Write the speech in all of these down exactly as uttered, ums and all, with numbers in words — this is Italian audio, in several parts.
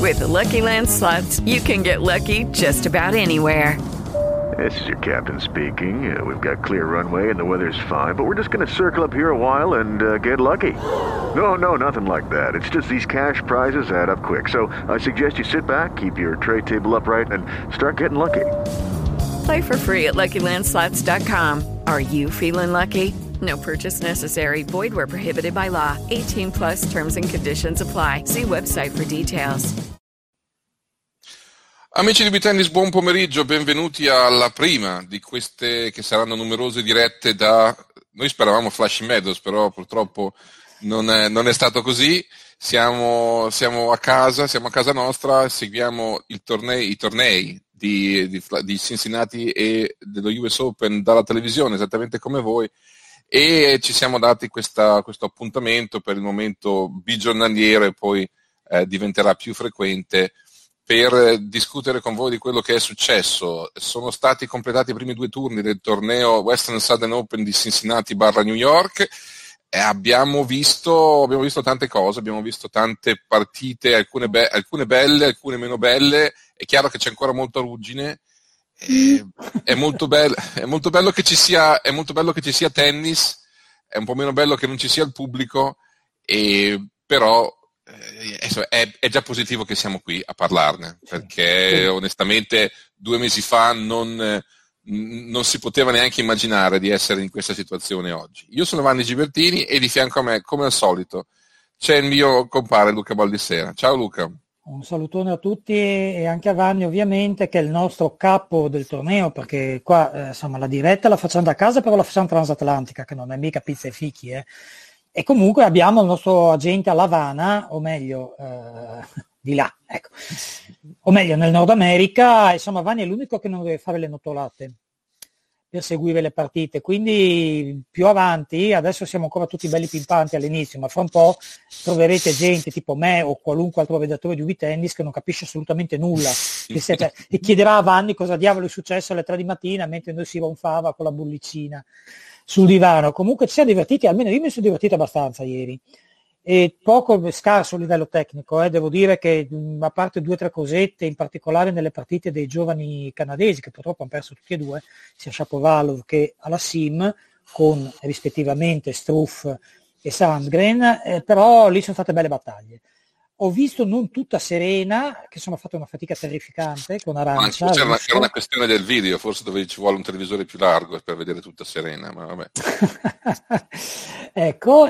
With the Lucky Land Slots, you can get lucky just about anywhere. This is your captain speaking. Uh, we've got clear runway and the weather's fine, but we're just going to circle up here a while and uh, get lucky. No, no, nothing like that. It's just these cash prizes add up quick. So I suggest you sit back, keep your tray table upright, and start getting lucky. Play for free at Lucky Land Slots dot com. Are you feeling lucky? No purchase necessary. Void where prohibited by law. eighteen plus terms and conditions apply. See website for details. Amici di B-Tennis, buon pomeriggio, benvenuti alla prima di queste che saranno numerose dirette da... Noi speravamo Flushing Meadows, però purtroppo non è, non è stato così. Siamo, siamo a casa, siamo a casa nostra, seguiamo il tornei, i tornei di, di, di Cincinnati e dello U S Open dalla televisione, esattamente come voi, e ci siamo dati questa, questo appuntamento per il momento bigiornaliero e poi eh, diventerà più frequente, per discutere con voi di quello che è successo. Sono stati completati i primi due turni del torneo Western Southern Open di Cincinnati barra New York e abbiamo visto, abbiamo visto tante cose, abbiamo visto tante partite, alcune, be- alcune belle, alcune meno belle. È chiaro che c'è ancora molta ruggine. E, è, molto bello, è molto bello che ci sia, è molto bello che ci sia tennis, è un po' meno bello che non ci sia il pubblico, e, però È, è già positivo che siamo qui a parlarne, perché onestamente due mesi fa non, non si poteva neanche immaginare di essere in questa situazione oggi. Io sono Vanni Gibertini e di fianco a me, come al solito, c'è il mio compare Luca Baldissera. Ciao Luca. Un salutone a tutti e anche a Vanni ovviamente, che è il nostro capo del torneo, perché qua eh, insomma la diretta la facciamo da casa, però la facciamo transatlantica, che non è mica pizza e fichi, eh. E comunque abbiamo il nostro agente a La Habana, o meglio, eh, di là, ecco. O meglio, nel Nord America, insomma Vanni è l'unico che non deve fare le notolate per seguire le partite, quindi più avanti, adesso siamo ancora tutti belli pimpanti all'inizio, ma fra un po' troverete gente tipo me o qualunque altro vedatore di U-Tennis che non capisce assolutamente nulla, che siete, e chiederà a Vanni cosa diavolo è successo alle tre di mattina mentre noi si ronfava con la bollicina sul divano. Comunque ci siamo divertiti, almeno io mi sono divertito abbastanza ieri, e poco scarso a livello tecnico, eh. Devo dire che mh, a parte due o tre cosette, in particolare nelle partite dei giovani canadesi, che purtroppo hanno perso tutti e due, sia Shapovalov che alla Sim, con rispettivamente Struff e Sandgren, eh, però lì sono state belle battaglie. Ho visto non tutta Serena, che sono fatto una fatica terrificante con Arancia. Ma c'era una, c'era una questione del video, forse dove ci vuole un televisore più largo per vedere tutta Serena, ma vabbè. Ecco,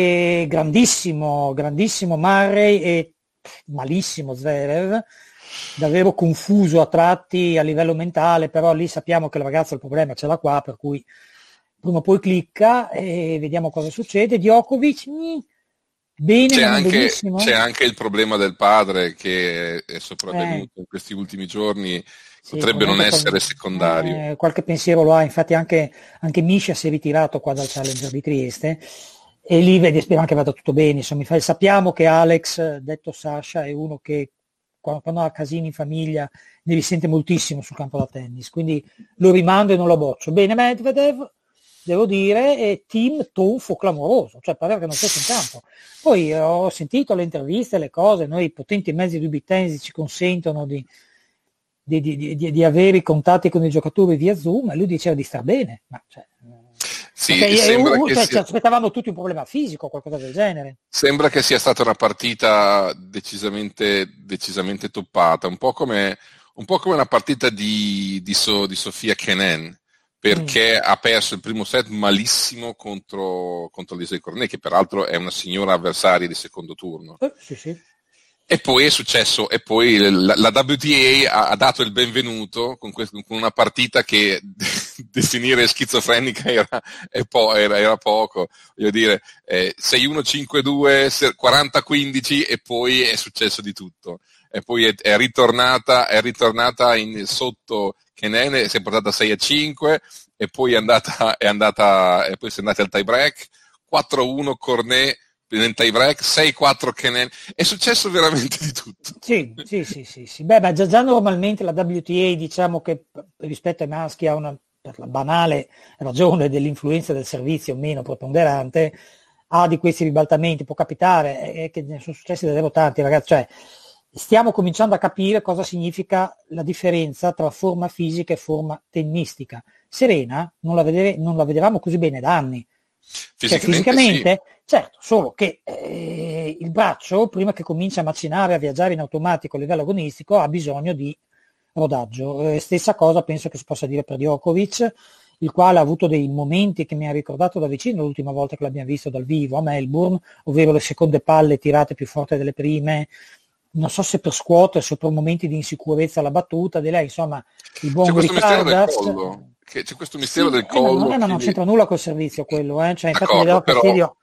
e grandissimo, grandissimo Murray e malissimo Zverev, davvero confuso a tratti a livello mentale, però lì sappiamo che il ragazzo il problema ce l'ha qua, per cui prima o poi clicca e vediamo cosa succede. Djokovic... Mh, Bene, c'è, ma anche, benissimo. C'è anche il problema del padre che è sopravvenuto eh. in questi ultimi giorni, sì, potrebbe non essere secondario. Eh, qualche pensiero lo ha, infatti anche, anche Misha si è ritirato qua dal Challenger di Trieste e lì vedi, spero anche vada tutto bene. Insomma, sappiamo che Alex, detto Sasha, è uno che quando, quando ha casini in famiglia ne risente moltissimo sul campo da tennis, quindi lo rimando e non lo boccio. Bene Medvedev, devo dire, è team tonfo clamoroso, cioè pareva che non fosse in campo. Poi eh, ho sentito le interviste, le cose, noi potenti mezzi di B-Tennis ci consentono di, di, di, di, di avere i contatti con i giocatori via Zoom, e lui diceva di star bene, ma cioè, sì, sembra uh, che cioè, sia... ci aspettavamo tutti un problema fisico o qualcosa del genere. Sembra che sia stata una partita decisamente, decisamente toppata, un po' come, un po' come una partita di, di, so, di Sofia Kenin, perché mm. ha perso il primo set malissimo contro, contro Alizé Cornet, che peraltro è una signora avversaria di secondo turno. Eh, sì, sì. E poi è successo, e poi la, la W T A ha, ha dato il benvenuto con, questo, con una partita che definire schizofrenica era, po- era, era poco. Voglio dire, eh, sei uno cinque due, quaranta quindici e poi è successo di tutto. E poi è, è ritornata, è ritornata in, sotto Kenin, si è portata sei a cinque e poi è andata, è andata, e poi si è andata al tie break, quattro a uno Cornet nel tie break, sei quattro Kenin, è successo veramente di tutto. Sì, sì, sì, sì, sì. Beh, ma già, già normalmente la W T A, diciamo che rispetto ai maschi ha una, per la banale ragione dell'influenza del servizio meno preponderante, ha di questi ribaltamenti, può capitare, e che ne sono successi davvero tanti, ragazzi, cioè stiamo cominciando a capire cosa significa la differenza tra forma fisica e forma tennistica. Serena non la, vedere, non la vedevamo così bene da anni. Fisicamente, cioè, fisicamente sì. Certo, solo che eh, il braccio, prima che cominci a macinare, a viaggiare in automatico a livello agonistico, ha bisogno di rodaggio. Eh, stessa cosa penso che si possa dire per Djokovic, il quale ha avuto dei momenti che mi ha ricordato da vicino l'ultima volta che l'abbiamo visto dal vivo a Melbourne, ovvero le seconde palle tirate più forte delle prime, non so se per scuotere, se per momenti di insicurezza alla battuta di lei, insomma, il buon Riccardas. Che c'è questo mistero sì, del collo. Eh, ma, eh, ma non c'entra nulla col servizio quello, eh? Cioè, infatti mi dava fastidio.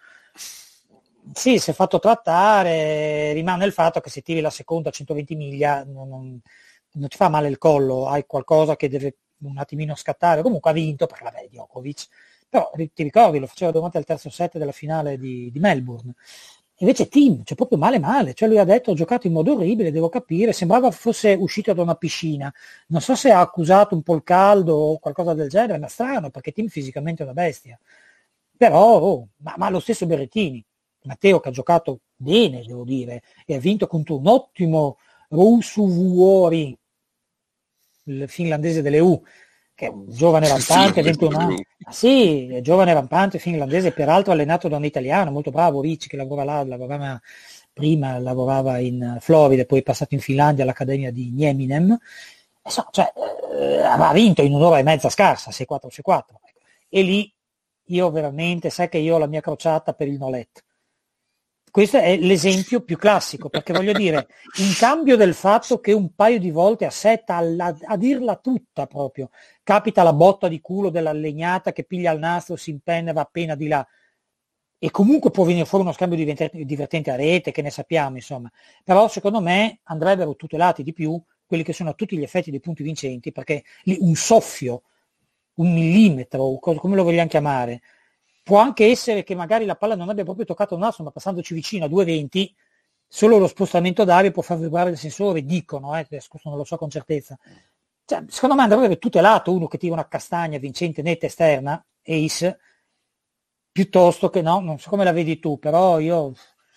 Sì, si è fatto trattare, rimane il fatto che se tiri la seconda a centoventi miglia non, non, non ti fa male il collo, hai qualcosa che deve un attimino scattare, comunque ha vinto, perché vabbè, Djokovic, però ti ricordi, lo faceva davanti al terzo set della finale di, di Melbourne. Invece Tim, cioè proprio male male, cioè lui ha detto ho giocato in modo orribile, devo capire, sembrava fosse uscito da una piscina, non so se ha accusato un po' il caldo o qualcosa del genere, ma strano perché Tim fisicamente è una bestia, però oh, ma, ma lo stesso Berrettini, Matteo che ha giocato bene devo dire, e ha vinto contro un ottimo Ruusuvuori, il finlandese delle U, che è un giovane rampante, ventuno anni. Ah, sì, è giovane rampante finlandese, peraltro allenato da un italiano molto bravo, Ricci, che lavora là, lavorava prima, lavorava in Florida, poi è passato in Finlandia all'Accademia di Nieminen. So, cioè, eh, ha vinto in un'ora e mezza scarsa, sei quattro sei quattro. E lì io veramente, sai che io ho la mia crociata per il Nolet. Questo è l'esempio più classico, perché voglio dire, in cambio del fatto che un paio di volte a setta, a, a dirla tutta proprio, capita la botta di culo della legnata che piglia il nastro, si impenna e va appena di là, e comunque può venire fuori uno scambio divertente a rete, che ne sappiamo, insomma. Però secondo me andrebbero tutelati di più quelli che sono a tutti gli effetti dei punti vincenti, perché lì un soffio, un millimetro, come lo vogliamo chiamare, può anche essere che magari la palla non abbia proprio toccato il nastro, ma passandoci vicino a due venti, solo lo spostamento d'aria può far vibrare il sensore, dicono, eh, non lo so con certezza. Cioè, secondo me andrebbe tutelato uno che tira una castagna vincente netta esterna, ace, piuttosto che no, non so come la vedi tu, però io,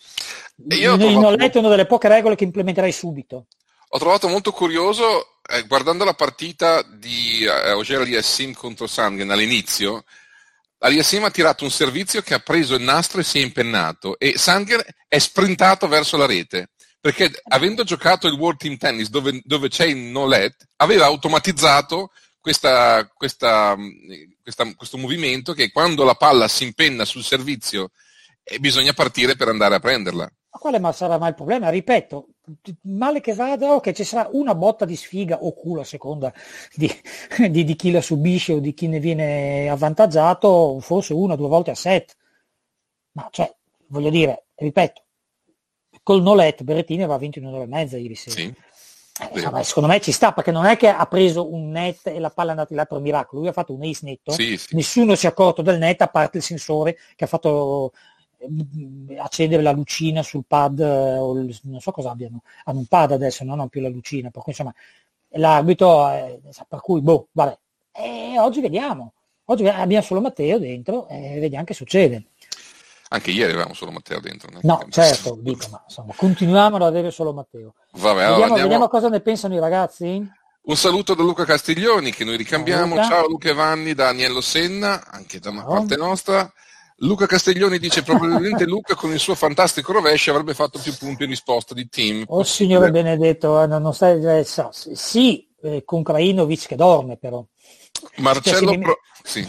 io il Nolet è una delle poche regole che implementerei subito. Ho trovato molto curioso, eh, guardando la partita di eh, Auger Aliassime contro Sandgren all'inizio, Aliassime ha tirato un servizio che ha preso il nastro e si è impennato, e Sandgren è sprintato verso la rete, perché avendo giocato il World Team Tennis dove, dove c'è il Nolet, aveva automatizzato questa, questa, questa, questo movimento che quando la palla si impenna sul servizio eh, bisogna partire per andare a prenderla. Ma quale ma sarà mai il problema? Ripeto, male che vada, ok, ci sarà una botta di sfiga o culo a seconda di, di, di chi la subisce o di chi ne viene avvantaggiato, forse una o due volte a set. Ma cioè, voglio dire, ripeto, col Nolet Berrettini aveva vinto in un'ora e mezza ieri sera. Sì. Eh, vabbè, secondo me ci sta, perché non è che ha preso un net e la palla è andata in là per miracolo, lui ha fatto un ace netto, sì, sì. Nessuno si è accorto del net a parte il sensore che ha fatto accendere la lucina sul pad, o il, non so cosa abbiano, hanno un pad adesso, non hanno più la lucina, per cui insomma l'arbitro, eh, per cui boh, vabbè, e oggi vediamo, oggi abbiamo solo Matteo dentro e vediamo che succede. Anche ieri avevamo solo Matteo dentro. No, certo, dico, ma insomma, continuiamo ad avere solo Matteo. Vabbè, vediamo, andiamo... vediamo cosa ne pensano i ragazzi. Un saluto da Luca Castiglioni che noi ricambiamo. Ciao Luca, Ciao Luca e Vanni, da Agnello Senna, anche da Ciao. Parte nostra. Luca Castiglioni dice probabilmente Luca con il suo fantastico rovescio avrebbe fatto più punti in risposta di team. Oh signore benedetto, non stai, eh, so, sì, eh, con Krajinovic che dorme però. Marcello, cioè, Pro... sì.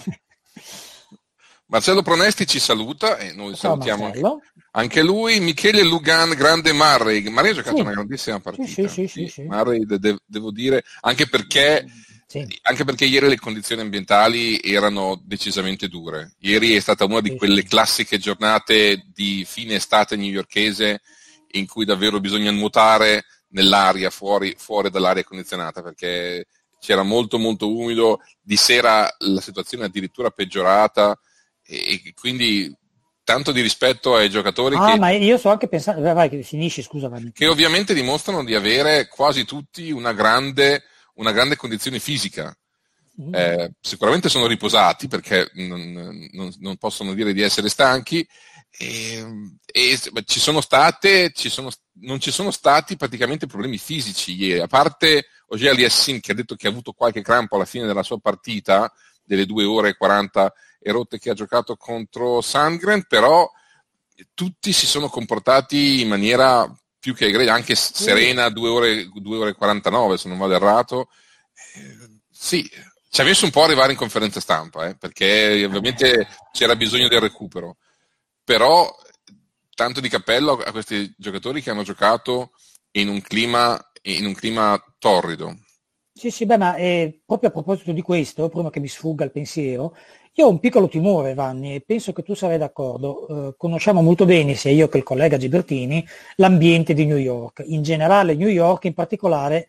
Marcello Pronesti ci saluta e noi Ciao, salutiamo anche, anche lui. Michele Lugan, grande Murray. Murray ha giocato sì. una grandissima partita. Sì, sì, sì, sì, Murray, de- de- devo dire, anche perché... Sì. Anche perché ieri le condizioni ambientali erano decisamente dure. Ieri è stata una di quelle classiche giornate di fine estate newyorkese in cui davvero bisogna nuotare nell'aria, fuori, fuori dall'aria condizionata, perché c'era molto molto umido. Di sera la situazione è addirittura peggiorata e quindi tanto di rispetto ai giocatori ah, che, ma io sto anche pensando, vai che finisci, scusa Vanni. Che ovviamente dimostrano di avere quasi tutti una grande una grande condizione fisica. Eh, sicuramente sono riposati perché non, non, non possono dire di essere stanchi E, e ci sono state, ci sono, non ci sono stati praticamente problemi fisici ieri, a parte Ogier Aliassime che ha detto che ha avuto qualche crampo alla fine della sua partita, delle due ore e quaranta e rotte che ha giocato contro Sandgren, però tutti si sono comportati in maniera più che egregia, anche Serena due ore, due ore e quarantanove se non vado errato. Eh, sì, ci ha messo un po' a arrivare in conferenza stampa, eh, perché ovviamente c'era bisogno del recupero, però tanto di cappello a questi giocatori che hanno giocato in un clima, in un clima torrido. Sì, sì, beh, ma eh, proprio a proposito di questo, prima che mi sfugga il pensiero, io ho un piccolo timore, Vanni, e penso che tu sarai d'accordo. Eh, conosciamo molto bene, sia io che il collega Gibertini, l'ambiente di New York, in generale New York, in particolare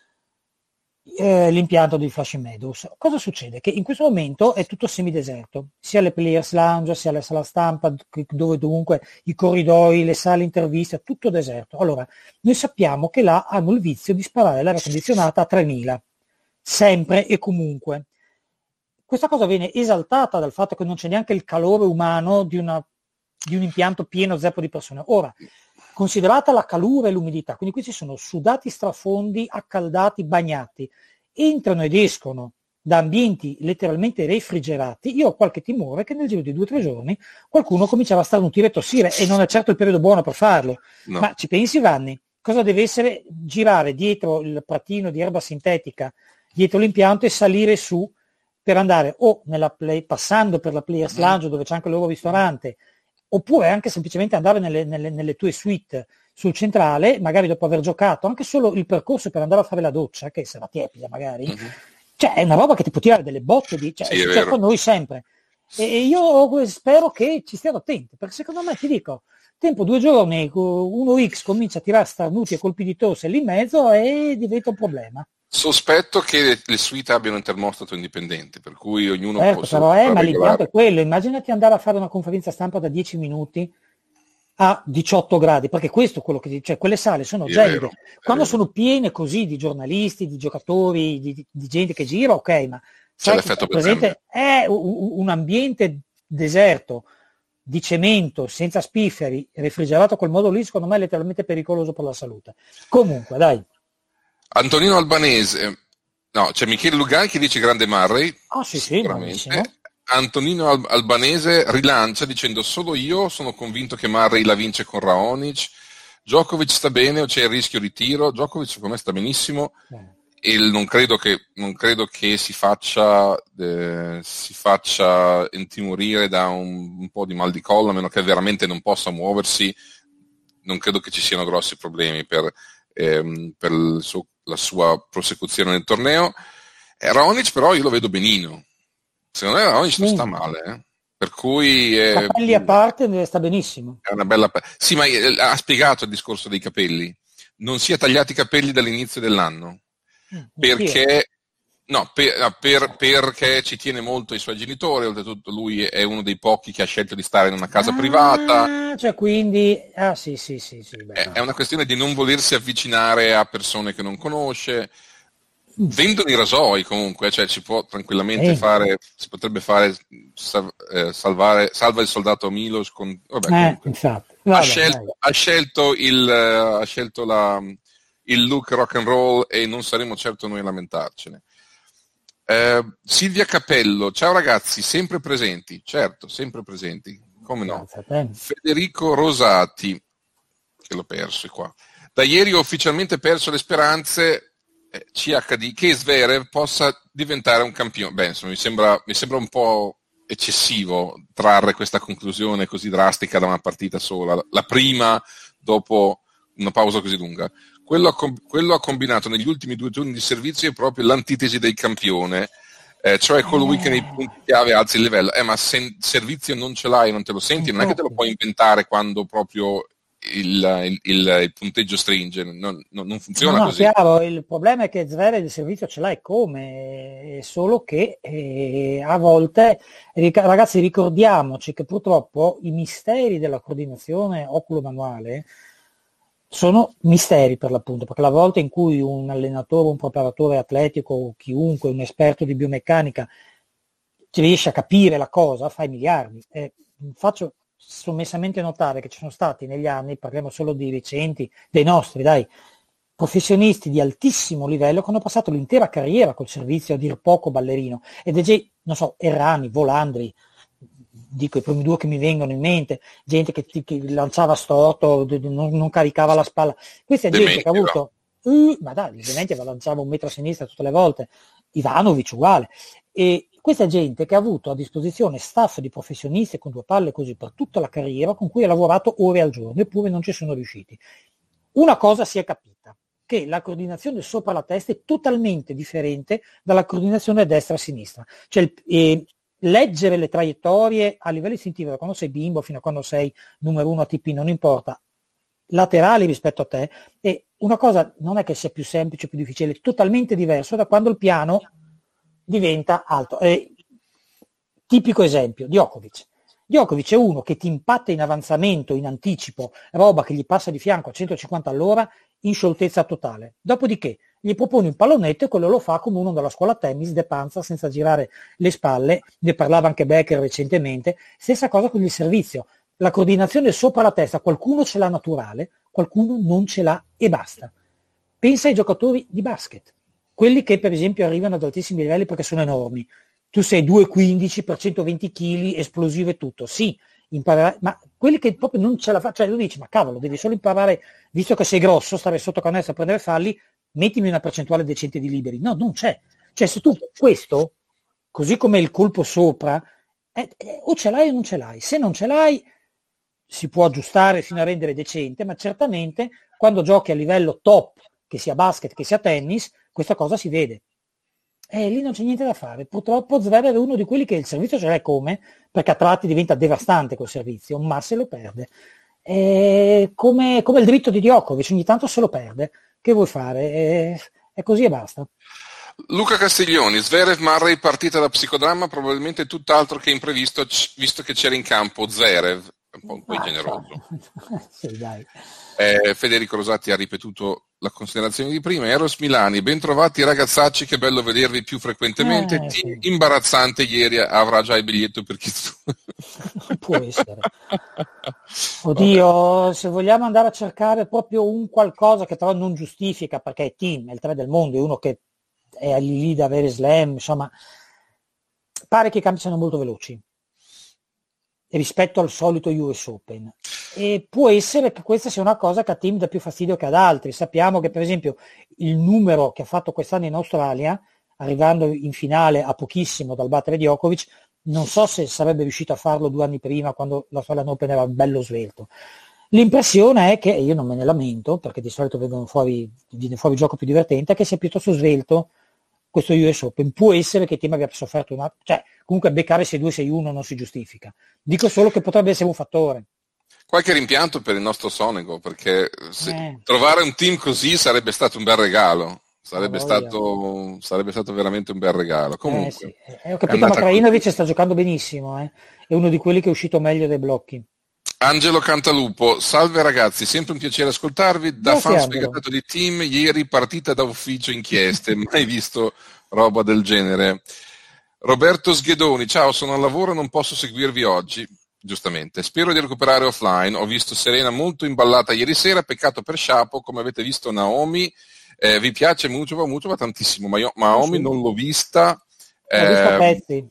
eh, l'impianto di Flushing Meadows. Cosa succede? Che in questo momento è tutto semideserto, sia le Players Lounge, sia la sala stampa, dove dunque i corridoi, le sale interviste, tutto deserto. Allora, noi sappiamo che là hanno il vizio di sparare l'aria condizionata a tremila, sempre e comunque. Questa cosa viene esaltata dal fatto che non c'è neanche il calore umano di, una, di un impianto pieno zeppo di persone. Ora, considerata la calura e l'umidità, quindi questi sono sudati strafondi, accaldati, bagnati, entrano ed escono da ambienti letteralmente refrigerati, io ho qualche timore che nel giro di due o tre giorni qualcuno cominciava a starnutire e tossire, e non è certo il periodo buono per farlo. No. Ma ci pensi, Vanni? Cosa deve essere girare dietro il pratino di erba sintetica, dietro l'impianto, e salire su per andare o nella play, passando per la Players Lounge dove c'è anche il loro ristorante, oppure anche semplicemente andare nelle, nelle, nelle tue suite sul centrale, magari dopo aver giocato, anche solo il percorso per andare a fare la doccia, che sarà tiepida magari, mm-hmm. Cioè è una roba che ti può tirare delle botte di, cioè, sì, succede con noi sempre. E, e io spero che ci stiano attenti, perché secondo me, ti dico, tempo due giorni, uno X comincia a tirare starnuti e colpi di tosse lì in mezzo e diventa un problema. Sospetto che le, le suite abbiano un termostato indipendente, per cui ognuno certo, possa... Però è, ma l'impianto è quello. Immaginati andare a fare una conferenza stampa da dieci minuti a diciotto gradi, perché questo è quello che... Cioè, quelle sale sono gelide. Quando sono piene così di giornalisti, di giocatori, di, di gente che gira, ok, ma c'è l'effetto presente è un, un ambiente deserto, di cemento, senza spifferi, refrigerato a quel modo lì, secondo me è letteralmente pericoloso per la salute. Comunque, dai. Antonino Albanese, no, c'è Michele Lugan che dice grande Murray, ah, sì, sicuramente. Sì, Antonino Al- Albanese rilancia dicendo solo io sono convinto che Murray la vince con Raonic, Djokovic sta bene o c'è il rischio ritiro? Djokovic secondo me sta benissimo eh. e non credo che, non credo che si faccia, eh, si faccia intimorire da un, un po' di mal di collo, a meno che veramente non possa muoversi. Non credo che ci siano grossi problemi per, ehm, per il suo la sua prosecuzione nel torneo. Eh, Raonic però io lo vedo benino, secondo me Raonic non sta male, eh. Per cui eh, capelli a parte sta benissimo, è una bella... sì, ma eh, ha spiegato il discorso dei capelli, non si è tagliati i capelli dall'inizio dell'anno mm, perché no, per, per, perché ci tiene molto ai suoi genitori, oltretutto lui è uno dei pochi che ha scelto di stare in una casa ah, privata, cioè quindi ah sì sì sì, sì beh, è, è una questione di non volersi avvicinare a persone che non conosce. Vendono i rasoi comunque, cioè ci può tranquillamente eh. fare, si potrebbe fare sal, eh, salvare, salva il soldato Milos con, vabbè, eh, infatti. Vabbè, ha, scelto, ha scelto il ha scelto la, il look rock and roll e non saremo certo noi a lamentarcene. Eh, Silvia Capello, ciao ragazzi, sempre presenti, certo, sempre presenti, come no. Federico Rosati, che l'ho perso qua. Da ieri ho ufficialmente perso le speranze eh, C H D che Zverev possa diventare un campione. Beh, insomma, mi sembra, mi sembra un po' eccessivo trarre questa conclusione così drastica da una partita sola, la prima dopo una pausa così lunga. Quello ha, quello ha combinato negli ultimi due giorni di servizio è proprio l'antitesi del campione, eh, cioè colui che nei punti chiave alza il livello. Eh, ma se servizio non ce l'hai, non te lo senti, non è che te lo puoi inventare quando proprio il, il, il, il punteggio stringe, non, non, non funziona no, no, così. Chiaro, il problema è che Zverev il servizio ce l'hai come, solo che eh, a volte, ragazzi, ricordiamoci che purtroppo i misteri della coordinazione oculo-manuale sono misteri per l'appunto, perché la volta in cui un allenatore, un preparatore atletico, chiunque, un esperto di biomeccanica riesce a capire la cosa, fai miliardi. Eh, faccio sommessamente notare che ci sono stati negli anni, parliamo solo di recenti, dei nostri, dai, professionisti di altissimo livello che hanno passato l'intera carriera col servizio, a dir poco ballerino, ed è già, non so, Errani, Volandri, dico i primi due che mi vengono in mente, gente che, ti, che lanciava storto, non, non caricava la spalla, questa è gente che ha avuto, uh, ma dai, ovviamente lanciava un metro a sinistra tutte le volte, Ivanovic uguale, e questa è gente che ha avuto a disposizione staff di professionisti con due palle così per tutta la carriera, con cui ha lavorato ore al giorno, eppure non ci sono riusciti. Una cosa si è capita, che la coordinazione sopra la testa è totalmente differente dalla coordinazione destra-sinistra. Cioè, eh, leggere le traiettorie a livello istintivo, da quando sei bimbo fino a quando sei numero uno A T P, non importa, laterali rispetto a te, e una cosa non è che sia più semplice, più difficile, è totalmente diverso da quando il piano diventa alto. Eh, tipico esempio, Djokovic. Djokovic è uno che ti impatta in avanzamento, in anticipo, roba che gli passa di fianco a centocinquanta all'ora in scioltezza totale. Dopodiché gli proponi un pallonetto e quello lo fa come uno della scuola tennis, de panza, senza girare le spalle, ne parlava anche Becker recentemente. Stessa cosa con il servizio. La coordinazione sopra la testa, qualcuno ce l'ha naturale, qualcuno non ce l'ha e basta. Pensa ai giocatori di basket, quelli che per esempio arrivano ad altissimi livelli perché sono enormi. Tu sei due virgola quindici per centoventi chili, esplosivo e tutto, sì, imparare, ma quelli che proprio non ce la fa, cioè lui dice, ma cavolo, devi solo imparare, visto che sei grosso, stare sotto canestro a prendere falli, mettimi una percentuale decente di liberi. No, non c'è. Cioè se tu questo, così come il colpo sopra, eh, eh, o ce l'hai o non ce l'hai. Se non ce l'hai, si può aggiustare fino a rendere decente, ma certamente quando giochi a livello top, che sia basket, che sia tennis, questa cosa si vede. E lì non c'è niente da fare. Purtroppo Zverev è uno di quelli che il servizio ce l'è come, perché a tratti diventa devastante quel servizio, ma se lo perde. È come, come il dritto di Djokovic, ogni tanto se lo perde. Che vuoi fare? È, è così e basta. Luca Castiglioni, Zverev Murray partita da psicodramma, probabilmente tutt'altro che imprevisto, visto che c'era in campo Zverev, un po', un po' ah, generoso. Sì, dai. Eh, Federico Rosati ha ripetuto la considerazione di prima. Eros Milani, ben trovati ragazzacci, che bello vedervi più frequentemente. Eh, sì. Imbarazzante ieri, avrà già il biglietto per chi tu. Può essere. Oddio, vabbè. Se vogliamo andare a cercare proprio un qualcosa che però non giustifica, perché è team, è il tre del mondo, è uno che è lì lì da avere slam, insomma, pare che i campi siano molto veloci rispetto al solito U S Open, e può essere che questa sia una cosa che a team dà più fastidio che ad altri. Sappiamo che per esempio il numero che ha fatto quest'anno in Australia, arrivando in finale a pochissimo dal battere Djokovic, non so se sarebbe riuscito a farlo due anni prima, quando l'Australian Open era bello svelto. L'impressione è che, e io non me ne lamento, perché di solito vengono fuori, viene fuori il gioco più divertente, che sia piuttosto svelto questo U S Open. Può essere che il team abbia sofferto una... cioè comunque beccare sei due sei uno non si giustifica. Dico solo che potrebbe essere un fattore. Qualche rimpianto per il nostro Sonego, perché se eh. trovare un team così sarebbe stato un bel regalo. Sarebbe, stato, sarebbe stato veramente un bel regalo. Comunque, eh sì. eh, ho capito, ma Krajinovic sta giocando benissimo, eh? È uno di quelli che è uscito meglio dai blocchi. Angelo Cantalupo, salve ragazzi, sempre un piacere ascoltarvi. Da Grazie, fan Angelo. sfegatato di team, ieri partita da ufficio, inchieste, mai visto roba del genere. Roberto Sghedoni, ciao, sono al lavoro e non posso seguirvi oggi. Giustamente, spero di recuperare offline. Ho visto Serena molto imballata ieri sera, peccato per Shapo. Come avete visto Naomi, eh, vi piace molto, molto, ma tantissimo. Ma io Naomi non l'ho vista. L'ho eh, vista a pezzi.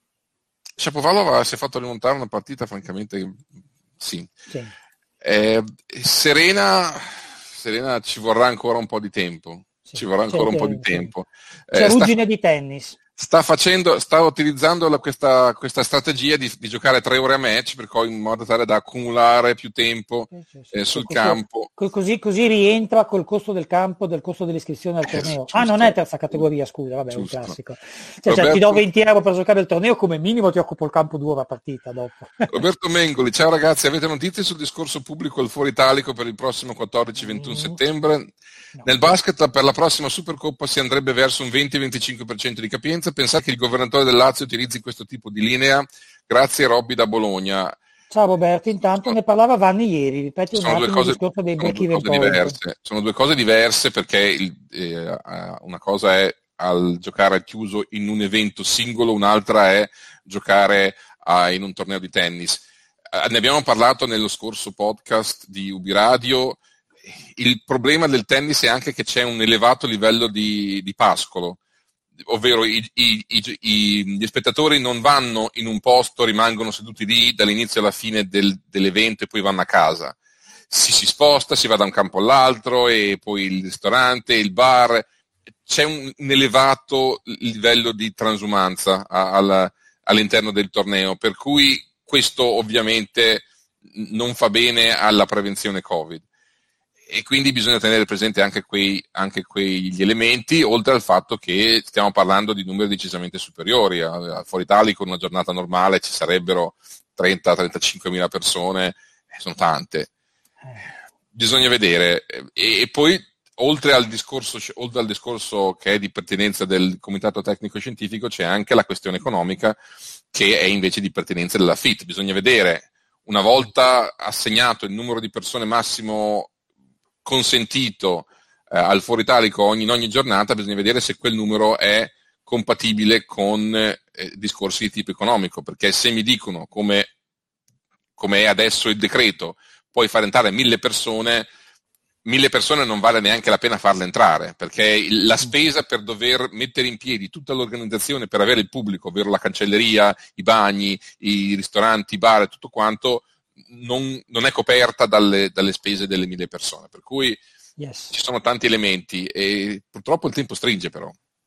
Shapovalova si è fatto rimontare una partita, francamente, sì. sì. Eh, Serena, Serena ci vorrà ancora un po' di tempo. Sì. Ci vorrà ancora c'è, un po' di tempo. C'è eh, ruggine sta... di tennis. Sta facendo, sta utilizzando la, questa, questa strategia di, di giocare tre ore a match, per cui in modo tale da accumulare più tempo sì, sì, sì. Eh, sul così, campo. Così, così rientra col costo del campo, del costo dell'iscrizione al torneo. Eh, ah, non è terza categoria, scusa, vabbè, giusto. È un classico. Cioè, Roberto... cioè, ti do venti euro per giocare il torneo, come minimo ti occupo il campo due ore a partita dopo. Roberto Mengoli, ciao ragazzi, avete notizie sul discorso pubblico al Foro Italico per il prossimo quattordici ventuno mm. settembre? No. Nel basket per la prossima Supercoppa si andrebbe verso un venti venticinque per cento di capienza. Pensate che il governatore del Lazio utilizzi questo tipo di linea? Grazie Robby da Bologna. Ciao Roberto, intanto ne parlava Vanni ieri, ripeti un attimo il discorso dei break-even point. Sono due cose diverse, perché il, eh, una cosa è al giocare al chiuso in un evento singolo, un'altra è giocare a, in un torneo di tennis. ne abbiamo parlato nello scorso podcast di Ubiradio. Il problema del tennis è anche che c'è un elevato livello di, di pascolo, ovvero i, i, i, gli spettatori non vanno in un posto, rimangono seduti lì dall'inizio alla fine del, dell'evento e poi vanno a casa. Si, si sposta, si va da un campo all'altro e poi il ristorante, il bar. C'è un, un elevato livello di transumanza a, alla, all'interno del torneo, per cui questo ovviamente non fa bene alla prevenzione Covid. E quindi bisogna tenere presente anche, quei, anche quegli elementi, oltre al fatto che stiamo parlando di numeri decisamente superiori. A, a Foro Italico, in una giornata normale, ci sarebbero trenta trentacinque mila persone, eh, sono tante. Bisogna vedere. E, e poi, oltre al, discorso, oltre al discorso che è di pertinenza del Comitato Tecnico Scientifico, c'è anche la questione economica, che è invece di pertinenza della F I T. Bisogna vedere, una volta assegnato il numero di persone massimo consentito eh, al Foro Italico ogni, in ogni giornata, bisogna vedere se quel numero è compatibile con eh, discorsi di tipo economico, perché se mi dicono, come, come è adesso il decreto, puoi far entrare mille persone, mille persone non vale neanche la pena farle entrare, perché la spesa per dover mettere in piedi tutta l'organizzazione per avere il pubblico, ovvero la cancelleria, i bagni, i ristoranti, i bar e tutto quanto, Non, non è coperta dalle, dalle spese delle mille persone, per cui yes. Ci sono tanti elementi e purtroppo il tempo stringe, però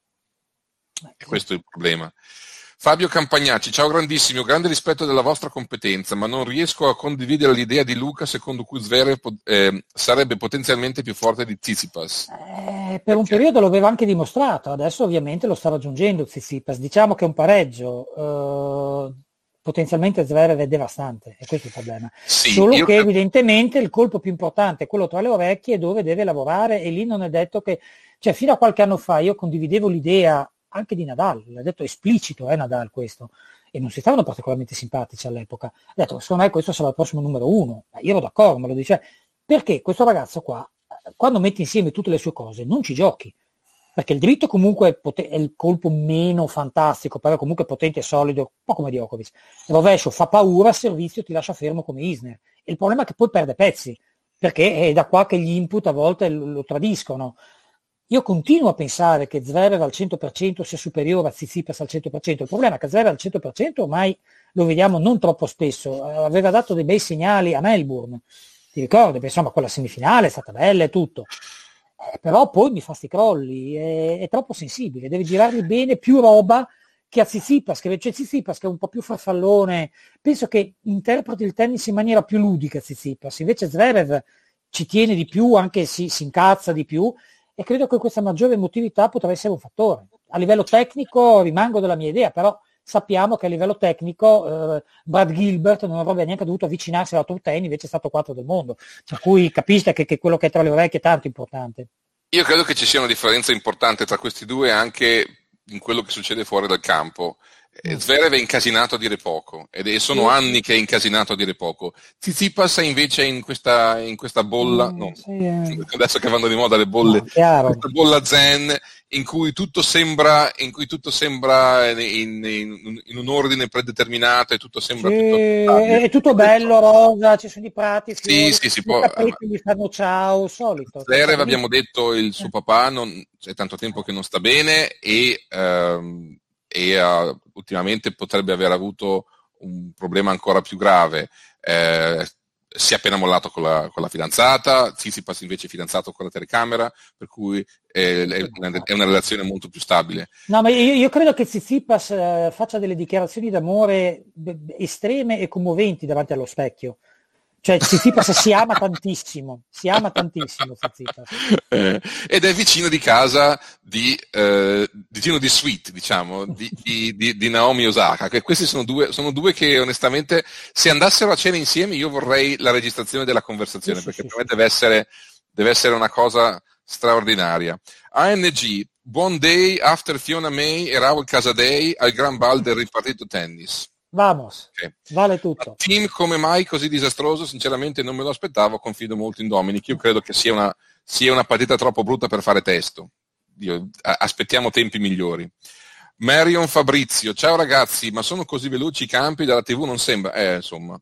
e questo è il problema. Fabio Campagnacci, ciao grandissimo, grande rispetto della vostra competenza, ma non riesco a condividere l'idea di Luca secondo cui Zverev eh, sarebbe potenzialmente più forte di Tsitsipas. Eh, per un periodo lo aveva anche dimostrato, adesso ovviamente lo sta raggiungendo Tsitsipas, diciamo che è un pareggio. Uh... potenzialmente Zverev è devastante, e questo è il problema. Sì, Solo che credo... evidentemente il colpo più importante è quello tra le orecchie, dove deve lavorare, e lì non è detto che, cioè fino a qualche anno fa io condividevo l'idea anche di Nadal, l'ha detto esplicito, è eh, Nadal questo, e non si stavano particolarmente simpatici all'epoca, ha detto secondo me questo sarà il prossimo numero uno, io ero d'accordo, me lo dice, perché questo ragazzo qua, quando mette insieme tutte le sue cose, non ci giochi. Perché il dritto comunque è, pot- è il colpo meno fantastico, però comunque potente e solido, un po' come Djokovic. Il rovescio fa paura, a servizio ti lascia fermo come Isner. E il problema è che poi perde pezzi, perché è da qua che gli input a volte lo, lo tradiscono. Io continuo a pensare che Zverev al cento per cento sia superiore a Tsitsipas al cento per cento. Il problema è che Zverev al cento per cento ormai lo vediamo non troppo spesso. Aveva dato dei bei segnali a Melbourne, ti ricordi? Insomma, quella semifinale è stata bella e tutto. Eh, però poi mi fa sti crolli, è, è troppo sensibile, deve girargli bene più roba che a Tsitsipas, che c'è Tsitsipas che è un po' più farfallone, penso che interpreti il tennis in maniera più ludica Tsitsipas, invece Zverev ci tiene di più, anche si, si incazza di più, e credo che questa maggiore emotività potrà essere un fattore. A livello tecnico rimango della mia idea, però sappiamo che a livello tecnico eh, Brad Gilbert non avrebbe neanche dovuto avvicinarsi alla top dieci, invece è stato quattro del mondo, per cui capisce che, che quello che è tra le orecchie è tanto importante. Io credo che ci sia una differenza importante tra questi due anche in quello che succede fuori dal campo. Mm. Zverev è incasinato a dire poco, ed è, sono sì. anni che è incasinato a dire poco. Tsitsipas è invece in questa, in questa bolla, mm, no, sì, eh. adesso che vanno di moda le bolle, no, questa bolla zen in cui tutto sembra, in cui tutto sembra in, in, in un ordine predeterminato e tutto sembra sì, tutto è tutto bello, rosa, ci sono i prati, fiori, sì, sì, si può. Gli fanno ciao, solito. Zverev, abbiamo detto, il suo papà non, c'è tanto tempo che non sta bene e ehm, e uh, ultimamente potrebbe aver avuto un problema ancora più grave. Eh, si è appena mollato con la, con la fidanzata, Tsitsipas invece è fidanzato con la telecamera, per cui eh, è, una, è una relazione molto più stabile. No, ma io, io credo che Tsitsipas eh, faccia delle dichiarazioni d'amore estreme e commoventi davanti allo specchio. Cioè Tsitsipas si ama tantissimo, si ama tantissimo Tsitsipas. Eh, ed è vicino di casa di, eh, vicino di suite, diciamo, di, di, di Naomi Osaka, che questi sono due, sono due che onestamente se andassero a cena insieme io vorrei la registrazione della conversazione, sì, perché sì, per me sì. deve essere, deve essere una cosa straordinaria. A N G, buon day after Fiona May e Raul Casadei al Gran Bal del ripartito tennis. Vamos, okay. Vale tutto. Un team come mai così disastroso? Sinceramente non me lo aspettavo, confido molto in Dominic. Io credo che sia una, sia una partita troppo brutta per fare testo. Io, a, aspettiamo tempi migliori. Marion Fabrizio, ciao ragazzi, ma sono così veloci i campi dalla tivù? Non sembra, eh insomma,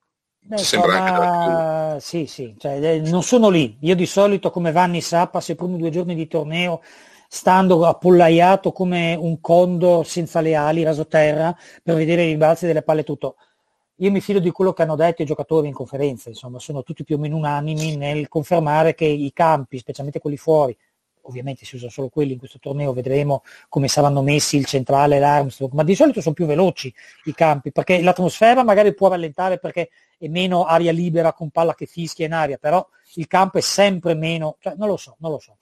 Beh, ci sembra anche della insomma, sì, sì, cioè, eh, non sono lì. Io di solito, come Vanni sa, passo i primi due giorni di torneo stando appollaiato come un condor senza le ali, rasoterra, per vedere i ribalzi delle palle e tutto. Io mi fido di quello che hanno detto i giocatori in conferenza, insomma, sono tutti più o meno unanimi nel confermare che i campi, specialmente quelli fuori, ovviamente si usano solo quelli in questo torneo, vedremo come saranno messi il centrale e l'Armstrong, ma di solito sono più veloci i campi, perché l'atmosfera magari può rallentare perché è meno aria libera con palla che fischia in aria, però il campo è sempre meno, cioè non lo so, non lo so.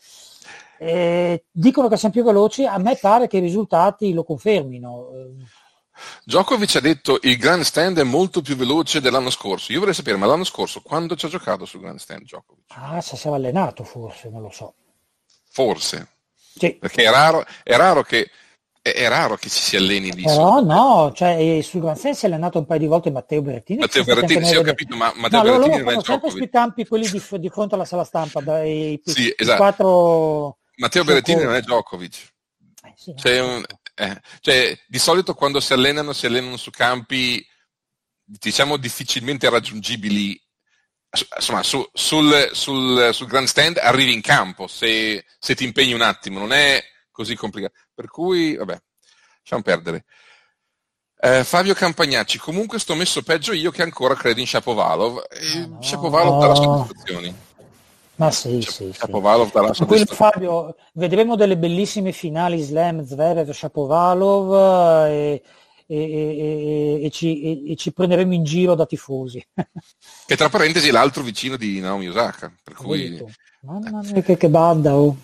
Eh, dicono che siamo più veloci, a me pare che i risultati lo confermino. Djokovic ha detto il grandstand è molto più veloce dell'anno scorso. Io vorrei sapere, ma l'anno scorso quando ci ha giocato sul grandstand Djokovic? Ah, se si è allenato forse, non lo so. Forse. Sì. Perché è raro, è raro che è, è raro che ci si alleni lì. Però sotto. no, cioè sul grandstand si è allenato un paio di volte Matteo Berrettini. Matteo Berrettini, sì, ho capito, ma Matteo no, Berrettini loro non è fanno sempre Djokovic. sui campi quelli di, di fronte alla sala stampa, dai Sì, i esatto. quattro. Matteo Berrettini non è Djokovic. Eh, sì, no, C'è un, eh, cioè, di solito quando si allenano si allenano su campi diciamo difficilmente raggiungibili, insomma su, sul, sul, sul grandstand arrivi in campo se, se ti impegni un attimo, non è così complicato, per cui vabbè, lasciamo perdere. eh, Fabio Campagnacci, comunque sto messo peggio io che ancora credo in Shapovalov. eh, no, Shapovalov darà soddisfazioni. Ma sì, sì, sì. Darà Quello, Fabio, vedremo delle bellissime finali Slam, Zverev, Shapovalov e, e, e, e, ci, e, e ci prenderemo in giro da tifosi. Che tra parentesi è l'altro vicino di Naomi Osaka, per cui... Mamma mia, che, che banda, oh.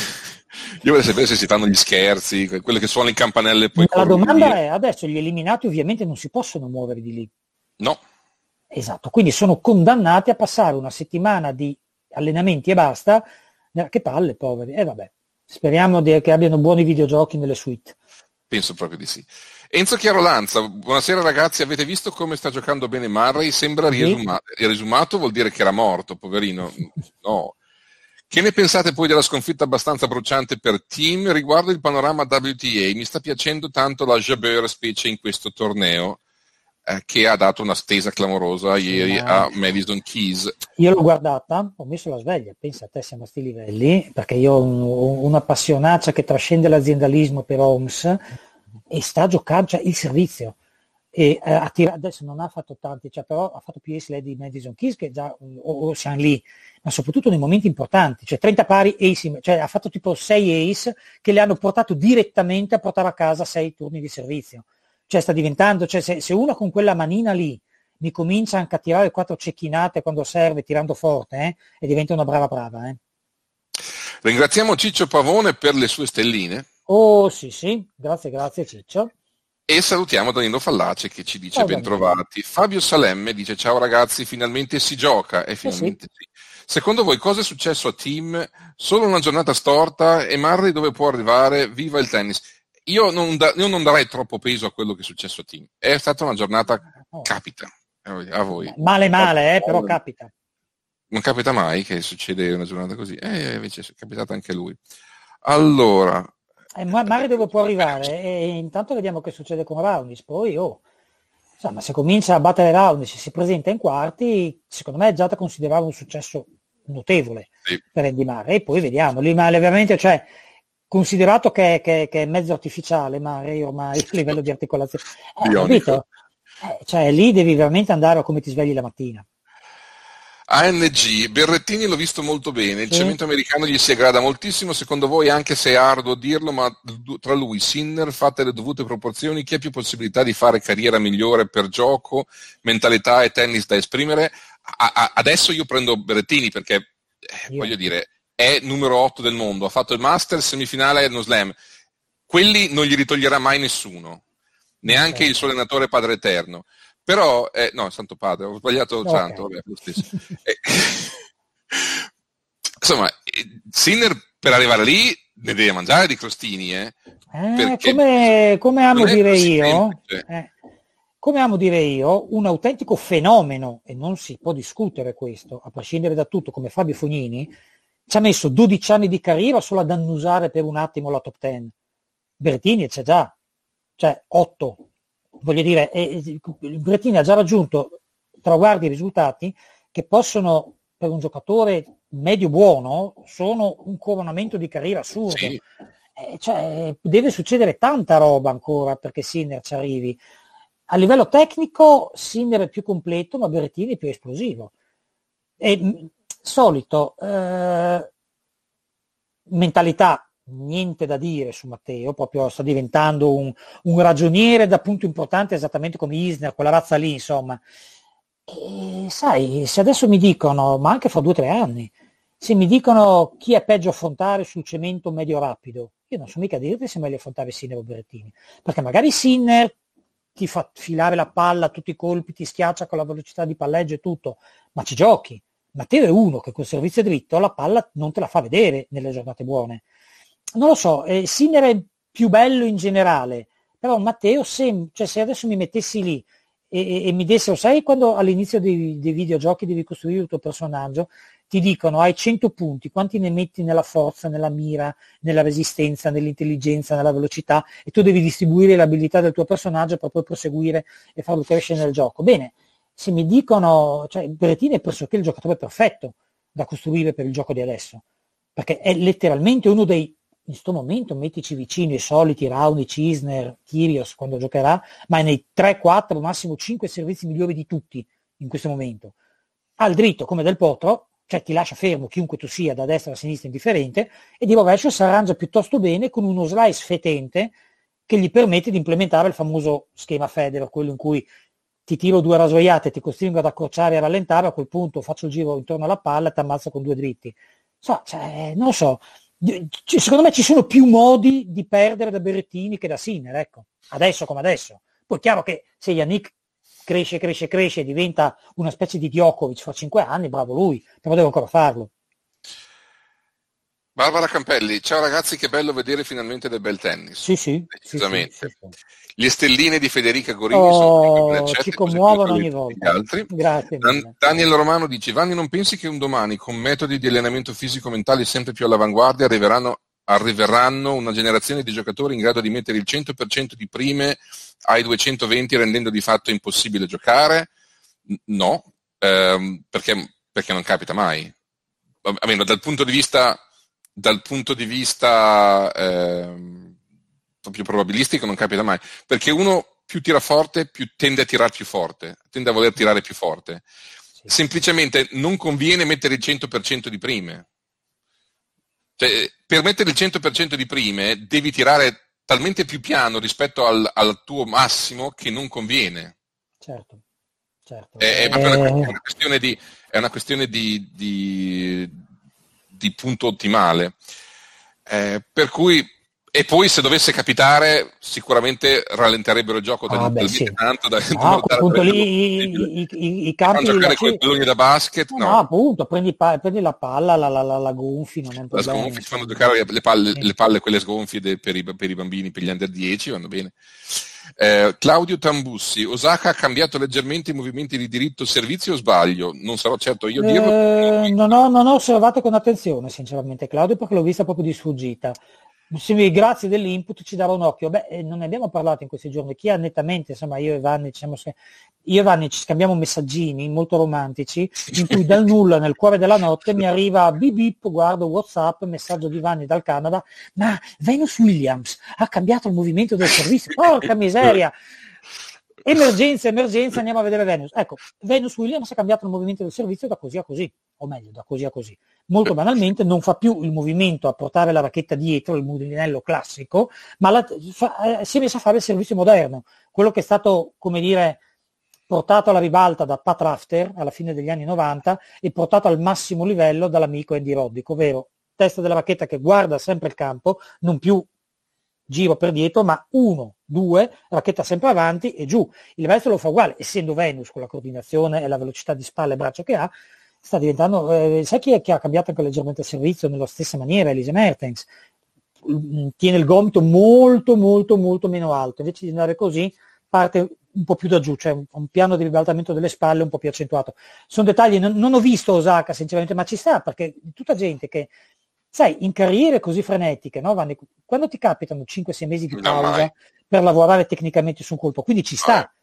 Io vorrei sapere se si fanno gli scherzi, quelle che suonano le campanelle e poi la domanda via. è, adesso gli eliminati ovviamente non si possono muovere di lì. No. Esatto, quindi sono condannati a passare una settimana di allenamenti e basta. Che palle, poveri. E eh, vabbè, speriamo di, che abbiano buoni videogiochi nelle suite. Penso proprio di sì. Enzo Chiarolanza, buonasera ragazzi, avete visto come sta giocando bene Murray? Sembra riesumato, riesumato vuol dire che era morto, poverino. No. Che ne pensate poi della sconfitta abbastanza bruciante per Team riguardo il panorama W T A? Mi sta piacendo tanto la Jabeur, specie in questo torneo, eh, che ha dato una stesa clamorosa ieri sì, a Madison Keys. Io l'ho guardata, ho messo la sveglia, pensa a te, siamo a sti livelli, perché io ho una passionaccia che trascende l'aziendalismo per Holmes e sta giocando, cioè, il servizio. E eh, ha tirato, adesso non ha fatto tanti, cioè, però ha fatto più ace lei di Madison Keys, che già o, o siamo lì, ma soprattutto nei momenti importanti, cioè trenta pari ace, cioè ha fatto tipo sei ace che le hanno portato direttamente a portare a casa sei turni di servizio. Cioè sta diventando, cioè se, se uno con quella manina lì mi comincia anche a tirare quattro cecchinate quando serve, tirando forte, eh, e diventa una brava brava. Eh. Ringraziamo Ciccio Pavone per le sue stelline. Oh sì sì, grazie grazie Ciccio. E salutiamo Danilo Fallace che ci dice oh, bentrovati. Fabio Salemme dice ciao ragazzi, finalmente si gioca. E finalmente eh sì. sì. Secondo voi cosa è successo a Team? Solo una giornata storta e Murray dove può arrivare? Viva il tennis. Io non, da, io non darei troppo peso a quello che è successo a Team. È stata una giornata, oh. capita. A voi. Male male, eh, però capita. Non capita mai che succede una giornata così. Eh, invece è capitata anche a lui. Allora... Eh, Murray dove può arrivare? E intanto vediamo che succede con Raonic. Poi, oh, insomma, se comincia a battere Raonic e si presenta in quarti, secondo me è già da considerare un successo notevole sì. per Andy Murray. E poi vediamo. Lì, ma ovviamente, cioè, considerato che, che, che è mezzo artificiale Murray ormai a livello di articolazione, eh, capito? Eh, cioè, lì devi veramente andare a come ti svegli la mattina. A N G, Berrettini l'ho visto molto bene, il sì. cemento americano gli si aggrada moltissimo, secondo voi, anche se è arduo dirlo, ma tra lui, Sinner, fatte le dovute proporzioni, chi ha più possibilità di fare carriera migliore per gioco, mentalità e tennis da esprimere? A- a- adesso io prendo Berrettini perché, eh, voglio dire, è numero otto del mondo, ha fatto il Masters, semifinale e uno Slam, quelli non gli ritoglierà mai nessuno, neanche okay. il suo allenatore Padre Eterno. Però, eh, no, Santo Padre, ho sbagliato okay. Santo, vabbè, lo stesso. eh, insomma, Sinner per arrivare lì ne deve mangiare di crostini, eh? eh come, come amo dire io, eh, come amo dire io, un autentico fenomeno, e non si può discutere questo, a prescindere da tutto, come Fabio Fognini, ci ha messo dodici anni di carriera solo ad annusare per un attimo la top dieci. Berrettini c'è già, cioè otto. Voglio dire, eh, Berrettini ha già raggiunto traguardi e risultati che possono, per un giocatore medio buono, sono un coronamento di carriera assurdo. Sì. Eh, cioè, deve succedere tanta roba ancora perché Sinner ci arrivi. A livello tecnico Sinner è più completo, ma Berrettini è più esplosivo. E mh, solito eh, mentalità, niente da dire su Matteo, proprio sta diventando un, un ragioniere da punto importante, esattamente come Isner, quella razza lì, insomma. E sai, se adesso mi dicono, ma anche fra due o tre anni, se mi dicono chi è peggio affrontare sul cemento medio rapido, io non so mica dirti se è meglio affrontare Sinner o Berrettini, perché magari Sinner ti fa filare la palla a tutti i colpi, ti schiaccia con la velocità di palleggio e tutto, ma ci giochi. Matteo è uno che col servizio dritto la palla non te la fa vedere nelle giornate buone. Non lo so, eh, Sinner è più bello in generale, però Matteo, se, cioè, se adesso mi mettessi lì e, e, e mi dessero, sai quando all'inizio dei, dei videogiochi devi costruire il tuo personaggio, ti dicono hai cento punti, quanti ne metti nella forza, nella mira, nella resistenza, nell'intelligenza, nella velocità, e tu devi distribuire le abilità del tuo personaggio per poi proseguire e farlo crescere nel gioco. Bene, se mi dicono, cioè Berrettini è pressoché il giocatore perfetto da costruire per il gioco di adesso, perché è letteralmente uno dei, in questo momento mettici vicino i soliti Raonic, Isner, Kyrgios quando giocherà, ma è nei tre, quattro, massimo cinque servizi migliori di tutti in questo momento. Al dritto come Del Potro, cioè ti lascia fermo chiunque tu sia, da destra a sinistra indifferente, e di rovescio si arrangia piuttosto bene con uno slice fetente che gli permette di implementare il famoso schema Federer, quello in cui ti tiro due rasoiate, ti costringo ad accorciare e a rallentare, a quel punto faccio il giro intorno alla palla e ti ammazzo con due dritti. So, cioè, non lo so, secondo me ci sono più modi di perdere da Berrettini che da Sinner, ecco, adesso come adesso. Poi è chiaro che se Yannick cresce, cresce, cresce e diventa una specie di Djokovic fra cinque anni, bravo lui, però deve ancora farlo. Barbara Campelli, ciao ragazzi, che bello vedere finalmente del bel tennis. Sì, sì. Decisamente. Sì, sì, sì. Le stelline di Federica Gorini oh, sono accette, ci commuovono ogni gli volta. Altri. Grazie Dan- mille. Daniel Romano dice: Vanni, non pensi che un domani con metodi di allenamento fisico-mentali sempre più all'avanguardia arriveranno, arriveranno una generazione di giocatori in grado di mettere il cento per cento di prime ai duecentoventi, rendendo di fatto impossibile giocare? No, ehm, perché, perché non capita mai. Almeno dal punto di vista dal punto di vista ehm, più probabilistico non capita mai, perché uno più tira forte più tende a tirare più forte, tende a voler tirare più forte. Sì. Semplicemente non conviene mettere il cento per cento di prime. Cioè, per mettere il cento per cento di prime devi tirare talmente più piano rispetto al, al tuo massimo che non conviene. Certo, certo. È, è Eh... proprio una, una questione di è una questione di, di di punto ottimale, eh, per cui, e poi se dovesse capitare sicuramente rallenterebbero il gioco ah, dal, beh, dal sì. tanto da, no, da, appunto lì i, i, i, i campi non giocare la... con i palloni da basket, no, no appunto prendi, prendi la palla, la, la, la, la gonfi, non è un la problema, sgonfi, fanno giocare le palle, sì. le palle quelle sgonfie de, per, i, per i bambini, per gli under dieci vanno bene. Eh, Claudio Tambussi, Osaka ha cambiato leggermente i movimenti di diritto servizio o sbaglio? Non sarò certo io a dirlo. Eh, non, ho, non ho osservato con attenzione sinceramente Claudio, perché l'ho vista proprio di sfuggita. Sì, grazie dell'input, ci darò un occhio. Beh, eh, non ne abbiamo parlato in questi giorni. Chi ha nettamente, insomma, io e Vanni, diciamo, io e Vanni ci scambiamo messaggini molto romantici, in cui dal nulla, nel cuore della notte, mi arriva bip bip, guardo WhatsApp, messaggio di Vanni dal Canada, ma Venus Williams ha cambiato il movimento del servizio. Porca miseria! Emergenza, emergenza, andiamo a vedere Venus. Ecco, Venus Williams ha cambiato il movimento del servizio da così a così, o meglio, da così a così. Molto banalmente non fa più il movimento a portare la racchetta dietro, il mulinello classico, ma la, fa, eh, si è messo a fare il servizio moderno, quello che è stato, come dire, portato alla ribalta da Pat Rafter alla fine degli anni novanta e portato al massimo livello dall'amico Andy Roddick, ovvero testa della racchetta che guarda sempre il campo, non più giro per dietro, ma uno, due, racchetta sempre avanti e giù. Il resto lo fa uguale, essendo Venus con la coordinazione e la velocità di spalle e braccio che ha, sta diventando, eh, sai chi è che ha cambiato anche leggermente il servizio nella stessa maniera? Elise Mertens. Tiene il gomito molto molto molto meno alto, invece di andare così parte un po' più da giù, cioè un piano di ribaltamento delle spalle un po' più accentuato. Sono dettagli, non, non ho visto Osaka sinceramente, ma ci sta, perché tutta gente che, sai, in carriere così frenetiche, no, Vanni, quando ti capitano cinque sei mesi di pausa no, per lavorare tecnicamente su un colpo, quindi ci sta.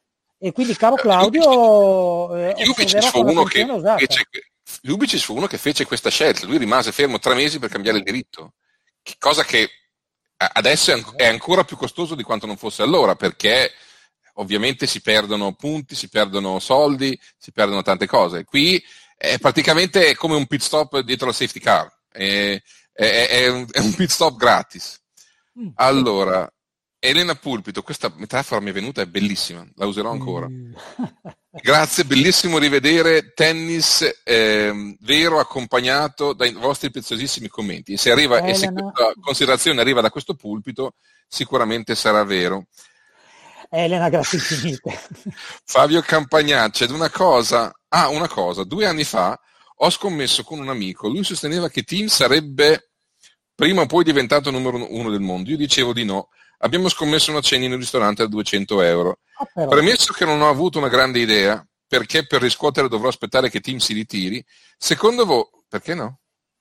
E quindi, caro Claudio, eh, Ljubicic fu uno che fece, Ljubicic fu uno che fece questa scelta. Lui rimase fermo tre mesi per cambiare il diritto, cosa che adesso è ancora più costoso di quanto non fosse allora, perché ovviamente si perdono punti, si perdono soldi, si perdono tante cose. Qui è praticamente come un pit stop dietro la safety car, è, è, è, un, è un pit stop gratis. Allora, Elena Pulpito, questa metafora mi è venuta, è bellissima, la userò ancora. Grazie, bellissimo rivedere tennis eh, vero accompagnato dai vostri preziosissimi commenti. E se, arriva, e se questa considerazione arriva da questo pulpito, sicuramente sarà vero. Elena, grazie infinite. Fabio Campagnacci, ed una cosa, ah, una cosa, due anni fa ho scommesso con un amico, lui sosteneva che Tim sarebbe prima o poi diventato numero uno del mondo, io dicevo di no. Abbiamo scommesso una cena in un ristorante a duecento euro. Ah, premesso che non ho avuto una grande idea, perché per riscuotere dovrò aspettare che Tim si ritiri, secondo voi, perché no?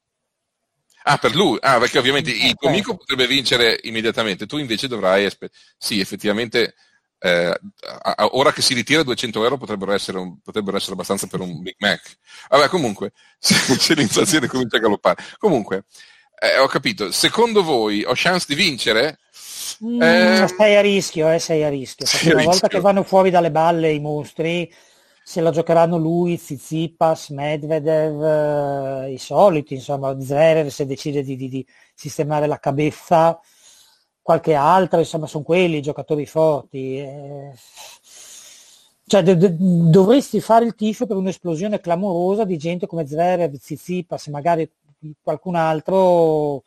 Ah, per lui, ah, perché ovviamente il tuo amico potrebbe vincere immediatamente, tu invece dovrai aspettare. Sì, effettivamente, eh, ora che si ritira duecento euro potrebbero essere, un, potrebbero essere abbastanza per un Big Mac. Vabbè, comunque, se l'inflazione comincia a galoppare. Comunque, eh, ho capito, secondo voi ho chance di vincere? Mm, eh, sei a rischio, eh, sei a rischio. Perché una volta che vanno fuori dalle balle i mostri, se la giocheranno lui, Tsitsipas, Medvedev, eh, i soliti, insomma, Zverev se decide di, di, di sistemare la cabezza, qualche altro, insomma, sono quelli i giocatori forti. Eh, cioè, d- d- dovresti fare il tifo per un'esplosione clamorosa di gente come Zverev, Tsitsipas, magari qualcun altro.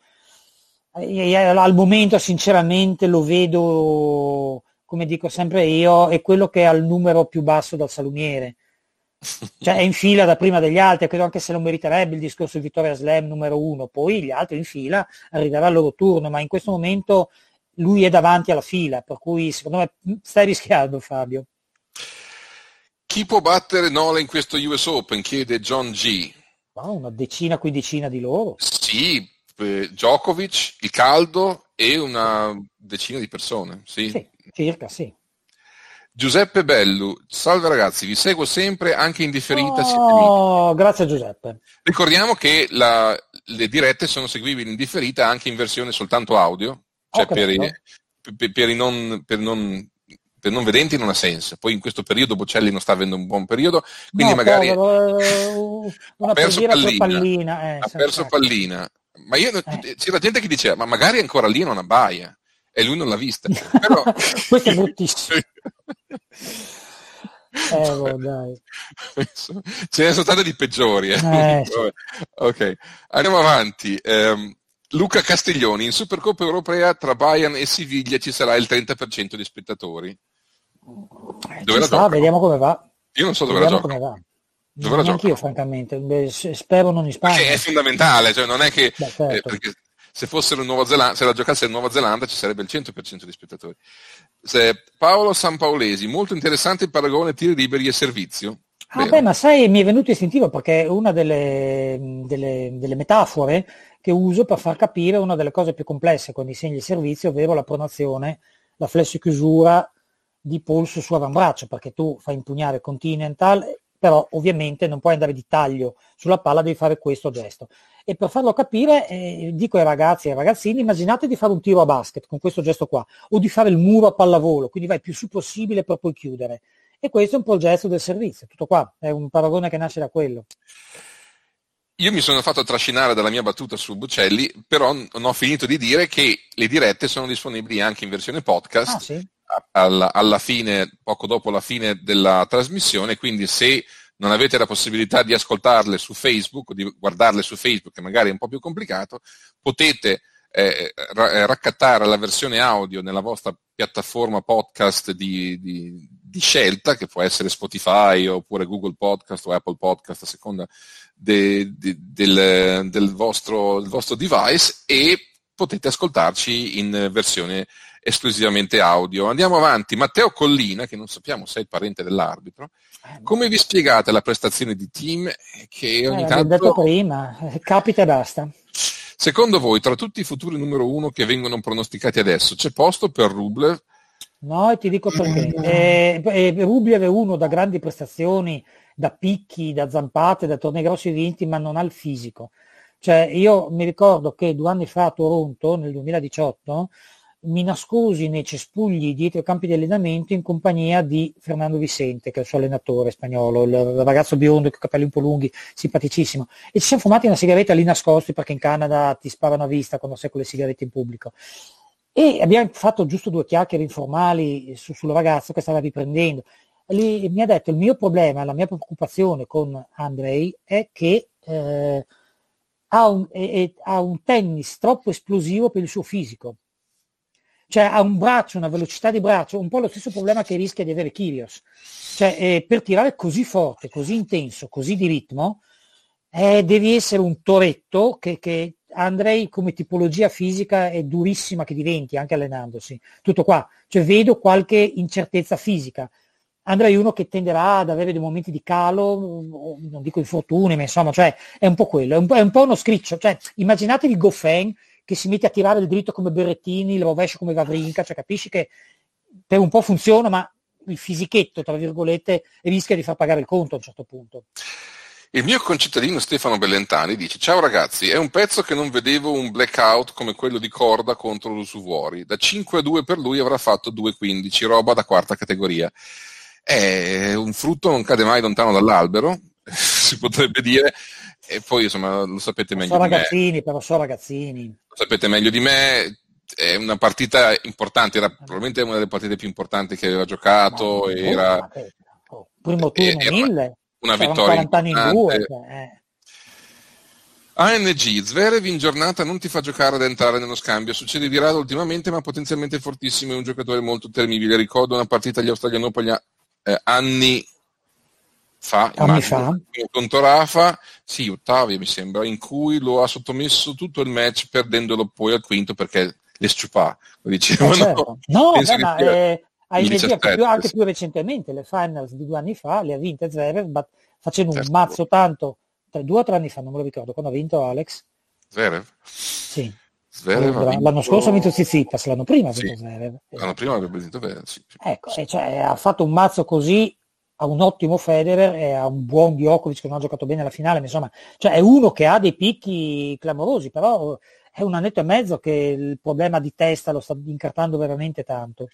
Al momento sinceramente lo vedo, come dico sempre io, è quello che ha il numero più basso dal salumiere, cioè è in fila da prima degli altri, credo anche se lo meriterebbe il discorso Vittoria Slam numero uno, poi gli altri in fila arriverà il loro turno, ma in questo momento lui è davanti alla fila, per cui secondo me stai rischiando, Fabio. Chi può battere Nola in questo U S Open? Chiede John G. Wow, una decina, quindicina di loro. Sì, Djokovic, il caldo e una decina di persone, sì. Sì, circa, sì. Giuseppe Bellu, salve ragazzi, vi seguo sempre anche in differita. Oh, grazie Giuseppe. Ricordiamo che la, le dirette sono seguibili in differita anche in versione soltanto audio, cioè oh, per, i, per, per, i non, per, non, per non vedenti non ha senso. Poi in questo periodo Bocelli non sta avendo un buon periodo, quindi no, magari povero, una ha perso pallina, pallina eh, ha perso esatto. pallina. Ma io, eh. c'era gente che diceva, ma magari è ancora lì in una baia, e lui non l'ha vista. Però... Questo è bruttissimo. eh, oh, dai. Ce ne sono state di peggiori. Eh. Eh, sì. Ok, andiamo avanti. Um, Luca Castiglioni, in Supercoppa Europea tra Bayern e Siviglia ci sarà il trenta per cento di spettatori. Eh, dove la sta, vediamo come va. Io non so dove vediamo la gioca. Dove non anch'io francamente, Beh, spero non in Spagna. Perché è fondamentale, cioè non è che Beh, certo. eh, perché se fossero in Nuova Zelanda, se la giocasse in Nuova Zelanda ci sarebbe il cento per cento di spettatori. Se Paolo Sampaolesi, molto interessante il paragone tiri liberi e servizio. Ah Vero. Beh, ma sai, mi è venuto istintivo perché è una delle, delle, delle metafore che uso per far capire una delle cose più complesse quando insegni il servizio, ovvero la pronazione, la flessichiusura di polso su avambraccio, perché tu fai impugnare continental, però ovviamente non puoi andare di taglio sulla palla, devi fare questo gesto. E per farlo capire, eh, dico ai ragazzi e ai ragazzini, immaginate di fare un tiro a basket con questo gesto qua, o di fare il muro a pallavolo, quindi vai più su possibile per poi chiudere. E questo è un po' il gesto del servizio, tutto qua, è un paragone che nasce da quello. Io mi sono fatto trascinare dalla mia battuta su Bocelli, però non ho finito di dire che le dirette sono disponibili anche in versione podcast. Ah, sì? Alla, alla fine, poco dopo la fine della trasmissione, quindi se non avete la possibilità di ascoltarle su Facebook o di guardarle su Facebook, che magari è un po' più complicato, potete eh, raccattare la versione audio nella vostra piattaforma podcast di, di, di scelta, che può essere Spotify oppure Google Podcast o Apple Podcast a seconda de, de, del, del, vostro, del vostro device, e potete ascoltarci in versione esclusivamente audio. Andiamo avanti. Matteo Collina, che non sappiamo se è il parente dell'arbitro, come vi spiegate la prestazione di Thiem che ogni eh, tanto... detto prima, capita e basta. Secondo voi, tra tutti i futuri numero uno che vengono pronosticati adesso, c'è posto per Rublev? No, e ti dico perché. Eh, eh, Rublev è uno da grandi prestazioni, da picchi, da zampate, da tornei grossi vinti, ma non ha il fisico. Cioè, io mi ricordo che due anni fa a Toronto, nel duemiladiciotto, mi nascosi nei cespugli dietro i campi di allenamento in compagnia di Fernando Vicente, che è il suo allenatore spagnolo, il ragazzo biondo con i capelli un po' lunghi, simpaticissimo, e ci siamo fumati una sigaretta lì nascosti, perché in Canada ti sparano a vista quando sei con le sigarette in pubblico. E abbiamo fatto giusto due chiacchiere informali su, sul ragazzo che stava riprendendo. Lì mi ha detto: il mio problema, la mia preoccupazione con Andrei è che eh, ha, un, è, è, ha un tennis troppo esplosivo per il suo fisico. Cioè ha un braccio, una velocità di braccio, un po' lo stesso problema che rischia di avere Kyrgios. Cioè eh, per tirare così forte, così intenso, così di ritmo, eh, devi essere un toretto che... che Andrei come tipologia fisica è durissima che diventi, anche allenandosi. Tutto qua. Cioè vedo qualche incertezza fisica. Andrei è uno che tenderà ad avere dei momenti di calo, non dico infortuni, ma insomma, cioè è un po' quello, è un po', è un po' uno scriccio. Cioè, immaginatevi Goffin che si mette a tirare il dritto come Berrettini, il rovescio come Wawrinka, cioè capisci che per un po' funziona, ma il fisichetto, tra virgolette, rischia di far pagare il conto a un certo punto. Il mio concittadino Stefano Bellentani dice: ciao ragazzi, è un pezzo che non vedevo un blackout come quello di Corda contro l'Usuvuori. Da cinque a due per lui avrà fatto due quindici, roba da quarta categoria. È un frutto non cade mai lontano dall'albero, si potrebbe dire, e poi insomma lo sapete meglio so di ragazzini, me. Però so ragazzini. Lo sapete meglio di me, è una partita importante, era probabilmente una delle partite più importanti che aveva giocato. Ma, era, ma, oh, primo turno era mille. Una C'erano vittoria quaranta anni in due. Eh. A N G, Zverev in giornata non ti fa giocare ad entrare nello scambio, succede di rado ultimamente, ma potenzialmente fortissimo, è un giocatore molto temibile. Ricordo una partita agli Australian Open eh, anni fa, anni fa, contro Rafa, sì, ottavi mi sembra, in cui lo ha sottomesso tutto il match perdendolo poi al quinto perché le sciupà, lo dicevano. Eh, certo. No, beh, ma eh, A N G diciassette, anche, più, anche sì. più recentemente, le finals di due anni fa le ha vinte Zverev, ma facendo certo. un mazzo tanto, tre, due o tre anni fa, non me lo ricordo, quando ha vinto Alex. Zverev? Sì. Zverev Allora, vinto... l'anno scorso ha vinto Tsitsipas, l'anno prima ha vinto sì. Zverev. L'anno Esatto. prima avrebbe vinto Zverev, sì. Ecco, e cioè, ha fatto un mazzo così a un ottimo Federer e a un buon Djokovic che non ha giocato bene alla finale, ma insomma, cioè è uno che ha dei picchi clamorosi, però è un annetto e mezzo che il problema di testa lo sta incartando veramente tanto.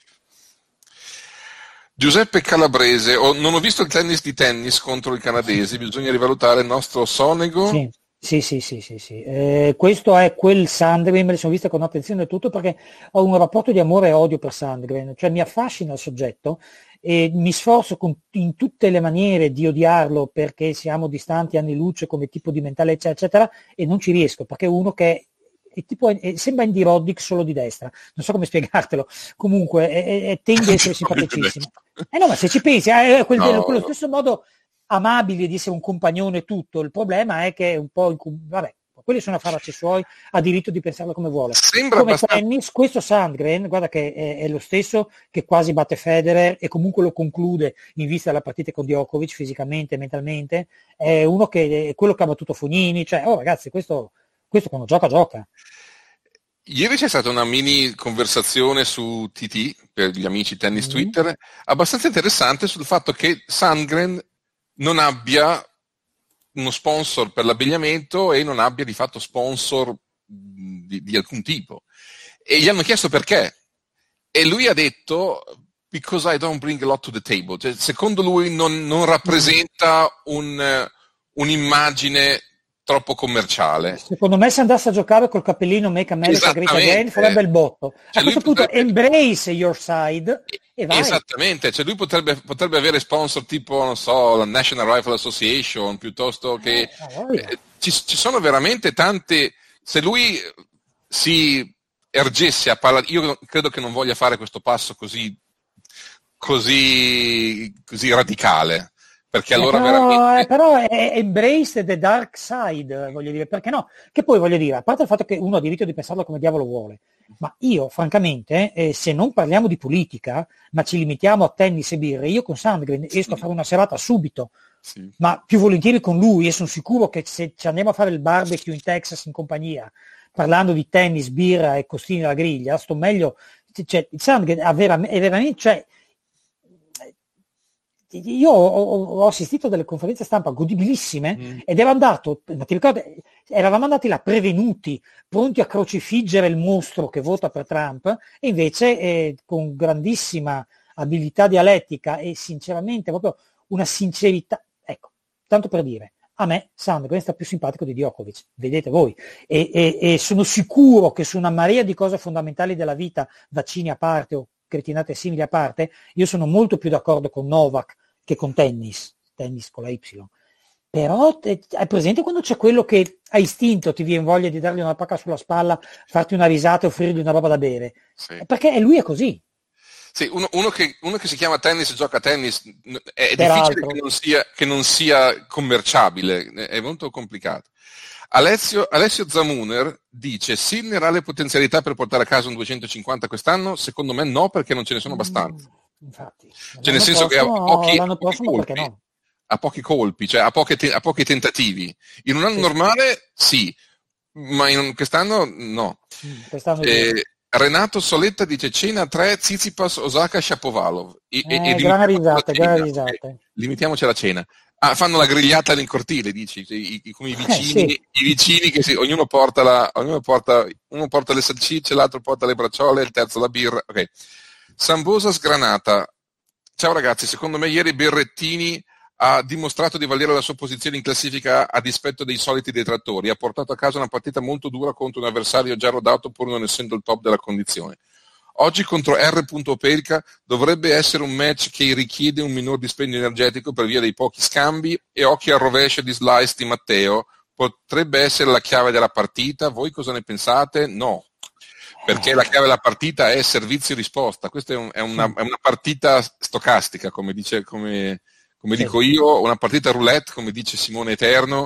Giuseppe Calabrese, oh, non ho visto il tennis di tennis contro i canadesi, bisogna rivalutare il nostro Sonego. Sì. Sì, sì, sì, sì, sì. Eh, questo è quel Sandgren, me le sono viste con attenzione e tutto perché ho un rapporto di amore e odio per Sandgren, cioè mi affascina il soggetto e mi sforzo con, in tutte le maniere di odiarlo perché siamo distanti anni luce come tipo di mentale eccetera, eccetera, e non ci riesco perché è uno che è tipo, è, sembra Andy Roddick solo di destra, non so come spiegartelo, comunque è, è, tende a essere simpaticissimo. Eh no, ma se ci pensi, è quel, no. quello stesso modo amabile di essere un compagnone e tutto, il problema è che è un po' incu- vabbè, quelli sono affari suoi, ha diritto di pensarlo come vuole. Sembra come abbastanza... tennis, questo Sandgren, guarda che è, è lo stesso che quasi batte Federer e comunque lo conclude in vista della partita con Djokovic fisicamente e mentalmente, è uno che è quello che ha battuto Fognini, cioè oh ragazzi, questo, questo quando gioca gioca. Ieri c'è stata una mini conversazione su T T per gli amici tennis mm. Twitter abbastanza interessante sul fatto che Sandgren non abbia uno sponsor per l'abbigliamento e non abbia di fatto sponsor di, di alcun tipo. E gli hanno chiesto perché. E lui ha detto because I don't bring a lot to the table. Cioè, secondo lui non, non rappresenta un, un'immagine troppo commerciale. Secondo me se andasse a giocare col cappellino Make America Great Again farebbe il botto. Cioè, a questo punto potrebbe... embrace your side e vai. Esattamente, cioè lui potrebbe, potrebbe avere sponsor tipo, non so, la National Rifle Association, piuttosto che... Eh, eh, ci, ci sono veramente tante... Se lui si ergesse a parlare... Io credo che non voglia fare questo passo così, così, così radicale. Perché allora eh, però, veramente... eh, però è embrace the dark side, voglio dire, perché no? Che poi voglio dire, a parte il fatto che uno ha diritto di pensarlo come diavolo vuole, ma io francamente, eh, se non parliamo di politica, ma ci limitiamo a tennis e birre, io con Sandgren esco a fare una serata subito, sì. Ma più volentieri con lui, e sono sicuro che se ci andiamo a fare il barbecue in Texas in compagnia, parlando di tennis, birra e costini alla griglia, sto meglio, cioè, Sandgren è veramente, cioè, io ho, ho assistito a delle conferenze stampa godibilissime mm. ed ero andato, ma ti ricordi, eravamo andati là prevenuti, pronti a crocifiggere il mostro che vota per Trump, e invece eh, con grandissima abilità dialettica e sinceramente proprio una sincerità, ecco, tanto per dire, a me Sandgren sta più simpatico di Djokovic, vedete voi, e, e, e sono sicuro che su una marea di cose fondamentali della vita, vaccini a parte o cretinate simili a parte, io sono molto più d'accordo con Novak che con tennis, tennis con la Y. Però è presente quando c'è quello che a istinto ti viene voglia di dargli una pacca sulla spalla, farti una risata e offrirgli una roba da bere, sì. Perché lui è così. Sì, uno, uno, che, uno che si chiama tennis e gioca a tennis è Peraltro. difficile che non, sia, che non sia commerciabile, è molto complicato. Alessio, Alessio Zamuner dice: Sinner ha le potenzialità per portare a casa un duecentocinquanta quest'anno? Secondo me no, perché non ce ne sono abbastanza. Mm, infatti, cioè nel senso prossimo, che ha pochi, l'anno pochi prossimo colpi, perché no? ha pochi colpi, cioè ha, poche te, ha pochi tentativi. In un anno sì. normale sì, ma in quest'anno no. Mm, quest'anno eh, Renato Soletta dice: Cena tre, Tsitsipas, Osaka, Shapovalov. E, eh, e gran risate, gran risate. Okay. Limitiamoci alla cena. Ah, fanno la grigliata nel cortile, dici, I, i, come i vicini, eh, sì. i vicini che si, ognuno porta la, ognuno porta, uno porta le salsicce, l'altro porta le bracciole, il terzo la birra. Ok. Sambosa Sgranata. Ciao ragazzi, secondo me ieri Berrettini ha dimostrato di valere la sua posizione in classifica a dispetto dei soliti detrattori. Ha portato a casa una partita molto dura contro un avversario già rodato pur non essendo il top della condizione. Oggi contro R. Opelka dovrebbe essere un match che richiede un minor dispendio energetico per via dei pochi scambi e occhi al rovescio di slice di Matteo. Potrebbe essere la chiave della partita. Voi cosa ne pensate? No, perché la chiave della partita è servizio-risposta. Questa è, un, è, una, è una partita stocastica, come, dice, come, come dico io, una partita roulette, come dice Simone Eterno.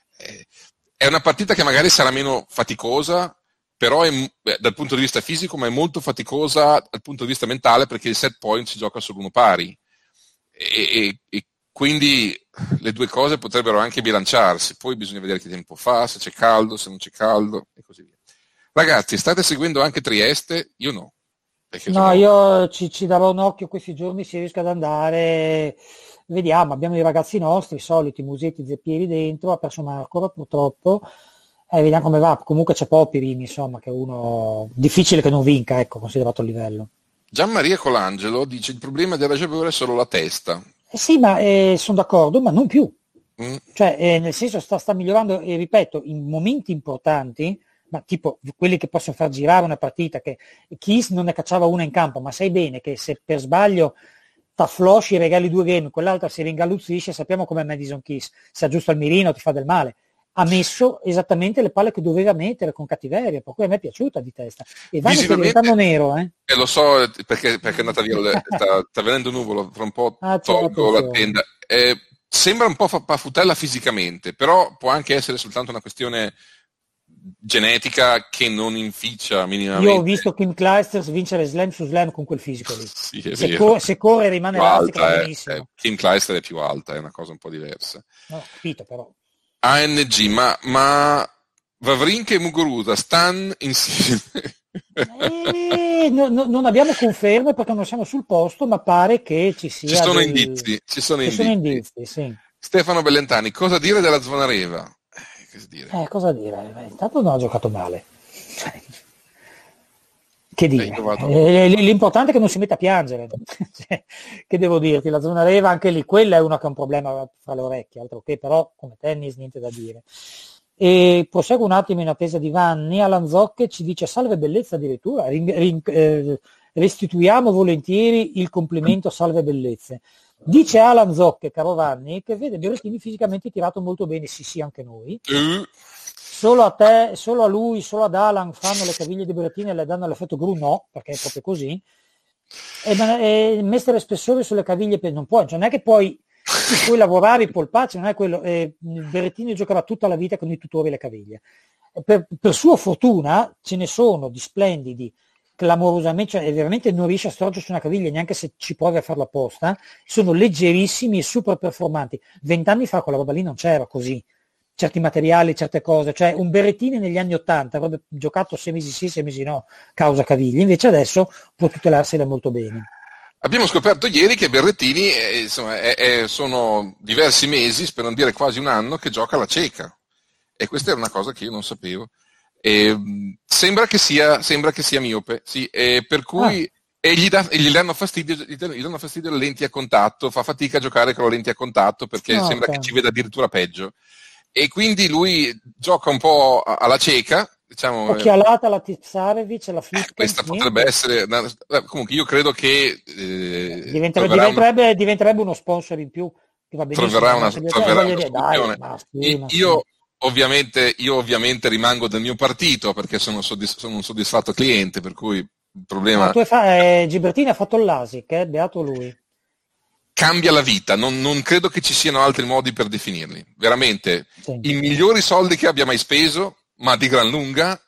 È una partita che magari sarà meno faticosa, però è, dal punto di vista fisico, ma è molto faticosa dal punto di vista mentale, perché il set point si gioca solo uno pari e, e, e quindi le due cose potrebbero anche bilanciarsi. Poi bisogna vedere che tempo fa, se c'è caldo, se non c'è caldo e così via. Ragazzi, state seguendo anche Trieste? Io no. No, sono... io ci, ci darò un occhio questi giorni se riesco ad andare. Vediamo, abbiamo i ragazzi nostri, i soliti Musetti, Zeppieri dentro, ha perso Marco purtroppo. Eh, vediamo come va, comunque c'è Popirini, insomma, che è uno difficile che non vinca, ecco, considerato il livello. Gianmaria Colangelo dice: il problema della Jabeur è solo la testa. Eh sì, ma eh, sono d'accordo, ma non più. Mm. Cioè, eh, nel senso, sta, sta migliorando, e ripeto, in momenti importanti, ma tipo quelli che possono far girare una partita, che Kiss non ne cacciava una in campo, ma sai bene che se per sbaglio t'afflosci, regali due game, quell'altra si ringalluzzisce, sappiamo com'è Madison Kiss, se aggiusta il mirino ti fa del male. Ha messo esattamente le palle che doveva mettere con cattiveria, per cui a me è piaciuta di testa. E Vanni sta diventando nero, eh? Eh, lo so, perché, perché è andata via, sta, sta venendo nuvolo, tra un po' ah, tolgo la tenda. Eh, sembra un po' pafutella fisicamente, però può anche essere soltanto una questione genetica che non inficia minimamente. Io ho visto Kim Clijsters vincere slam su slam con quel fisico lì. Sì, è se, vero. co- se corre rimane elastica, va benissimo. Eh, Kim Clijsters è più alta, è una cosa un po' diversa. No, ho capito però. A N G, ma, ma Wawrinka e Muguruza stanno insieme? eh, no, no, non abbiamo conferme perché non siamo sul posto, ma pare che ci sia. Ci sono del... indizi. Ci sono, ci indizi. sono indizi, sì. Stefano Bellentani, cosa dire della Zvonareva? Eh, cosa dire? Eh, cosa dire? Beh, intanto non ha giocato male. Che dire? Eh, l'importante è che non si metta a piangere. Cioè, che devo dirti? La Zvonareva, anche lì, quella è una che ha un problema fra le orecchie, altro che, però come tennis niente da dire. E proseguo un attimo in attesa di Vanni. Alan Zocche ci dice: salve bellezza, addirittura ring, ring, eh, restituiamo volentieri il complimento salve bellezze. Dice Alan Zocche, caro Vanni, che vede Berrettini fisicamente tirato molto bene. Sì sì, anche noi. Mm. Solo a te, solo a lui, solo ad Alan fanno le caviglie di Berrettini e le danno l'effetto Gru? No, perché è proprio così. E, e mettere spessore sulle caviglie non puoi, cioè non è che puoi, puoi lavorare i polpacci, non è quello. Eh, Berrettini giocava tutta la vita con i tutori e le caviglie. Per, per sua fortuna ce ne sono di splendidi, clamorosamente, cioè veramente non riesce a storgersi una caviglia neanche se ci provi a farlo apposta, sono leggerissimi e super performanti. Vent'anni fa quella roba lì non c'era così. certi materiali, certe cose, cioè un Berrettini negli anni ottanta avrebbe giocato sei mesi sì, sei mesi no, causa Caviglia, invece adesso può tutelarsela molto bene. Abbiamo scoperto ieri che Berrettini eh, insomma, è, è, sono diversi mesi, per non dire quasi un anno, che gioca alla cieca, e questa era una cosa che io non sapevo. E, sembra, che sia, sembra che sia miope, sì, e per cui ah. e gli, da, e gli, danno fastidio, gli danno fastidio le lenti a contatto, fa fatica a giocare con le lenti a contatto perché no, sembra okay. che ci veda addirittura peggio. E quindi lui gioca un po' alla cieca, diciamo. Occhialata alla Tipsarevic, la flip. Eh, questa potrebbe essere. Comunque, io credo che eh, diventerebbe, diventerebbe, una, diventerebbe uno sponsor in più. Che va troverà una, troverà una soluzione. Dai, sì, io, io, ovviamente, io ovviamente rimango del mio partito perché sono, soddisf- sono un soddisfatto cliente, per cui il problema. Ma tu fa- eh, Gibertini ha fatto il LASIK, eh? Beato lui. Cambia la vita, non, non credo che ci siano altri modi per definirli. Veramente, sì. I migliori soldi che abbia mai speso, ma di gran lunga,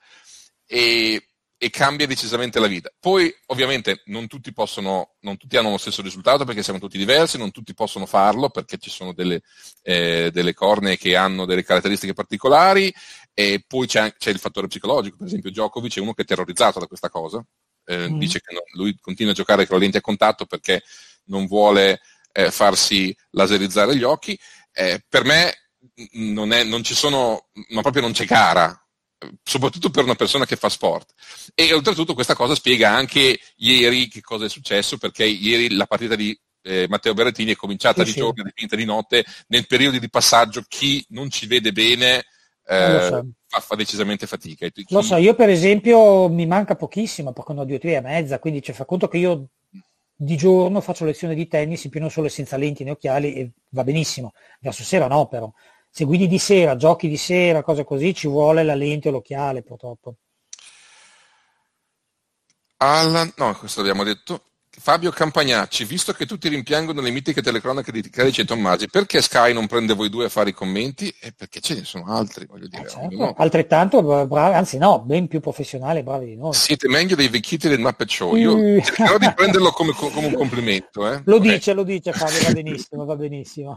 e, e cambia decisamente la vita. Poi, ovviamente, non tutti possono, non tutti hanno lo stesso risultato perché siamo tutti diversi, non tutti possono farlo perché ci sono delle, eh, delle cornee che hanno delle caratteristiche particolari, e poi c'è, c'è il fattore psicologico. Per esempio, Djokovic è uno che è terrorizzato da questa cosa. Eh, mm. Dice che no, lui continua a giocare con le lenti a contatto perché non vuole Eh, farsi laserizzare gli occhi. Eh, per me non, è, non ci sono, ma proprio non c'è gara, soprattutto per una persona che fa sport. E oltretutto questa cosa spiega anche ieri che cosa è successo, perché ieri la partita di eh, Matteo Berrettini è cominciata sì, di giorno, è finita di notte. Nel periodo di passaggio chi non ci vede bene eh, so. fa, fa decisamente fatica. Chi... Lo so, io per esempio mi manca pochissimo perché ho due tre e mezza, quindi cioè, fa conto che io di giorno faccio lezioni di tennis in più non solo senza lenti né occhiali e va benissimo, verso sera no, però se guidi di sera, giochi di sera, cose così, ci vuole la lente o l'occhiale purtroppo. Alan, no, questo l'abbiamo detto. Fabio Campagnacci, visto che tutti rimpiangono le mitiche telecronache di Carici e Tommasi, perché Sky non prende voi due a fare i commenti? E perché ce ne sono altri, voglio dire. Eh certo, no? Altrettanto bravi, anzi no, ben più professionali e bravi di noi. Siete meglio dei vecchietti del Muppet Show. Io cercherò di prenderlo come, come un complimento. Eh? Lo okay. dice, lo dice Fabio, va benissimo, va benissimo.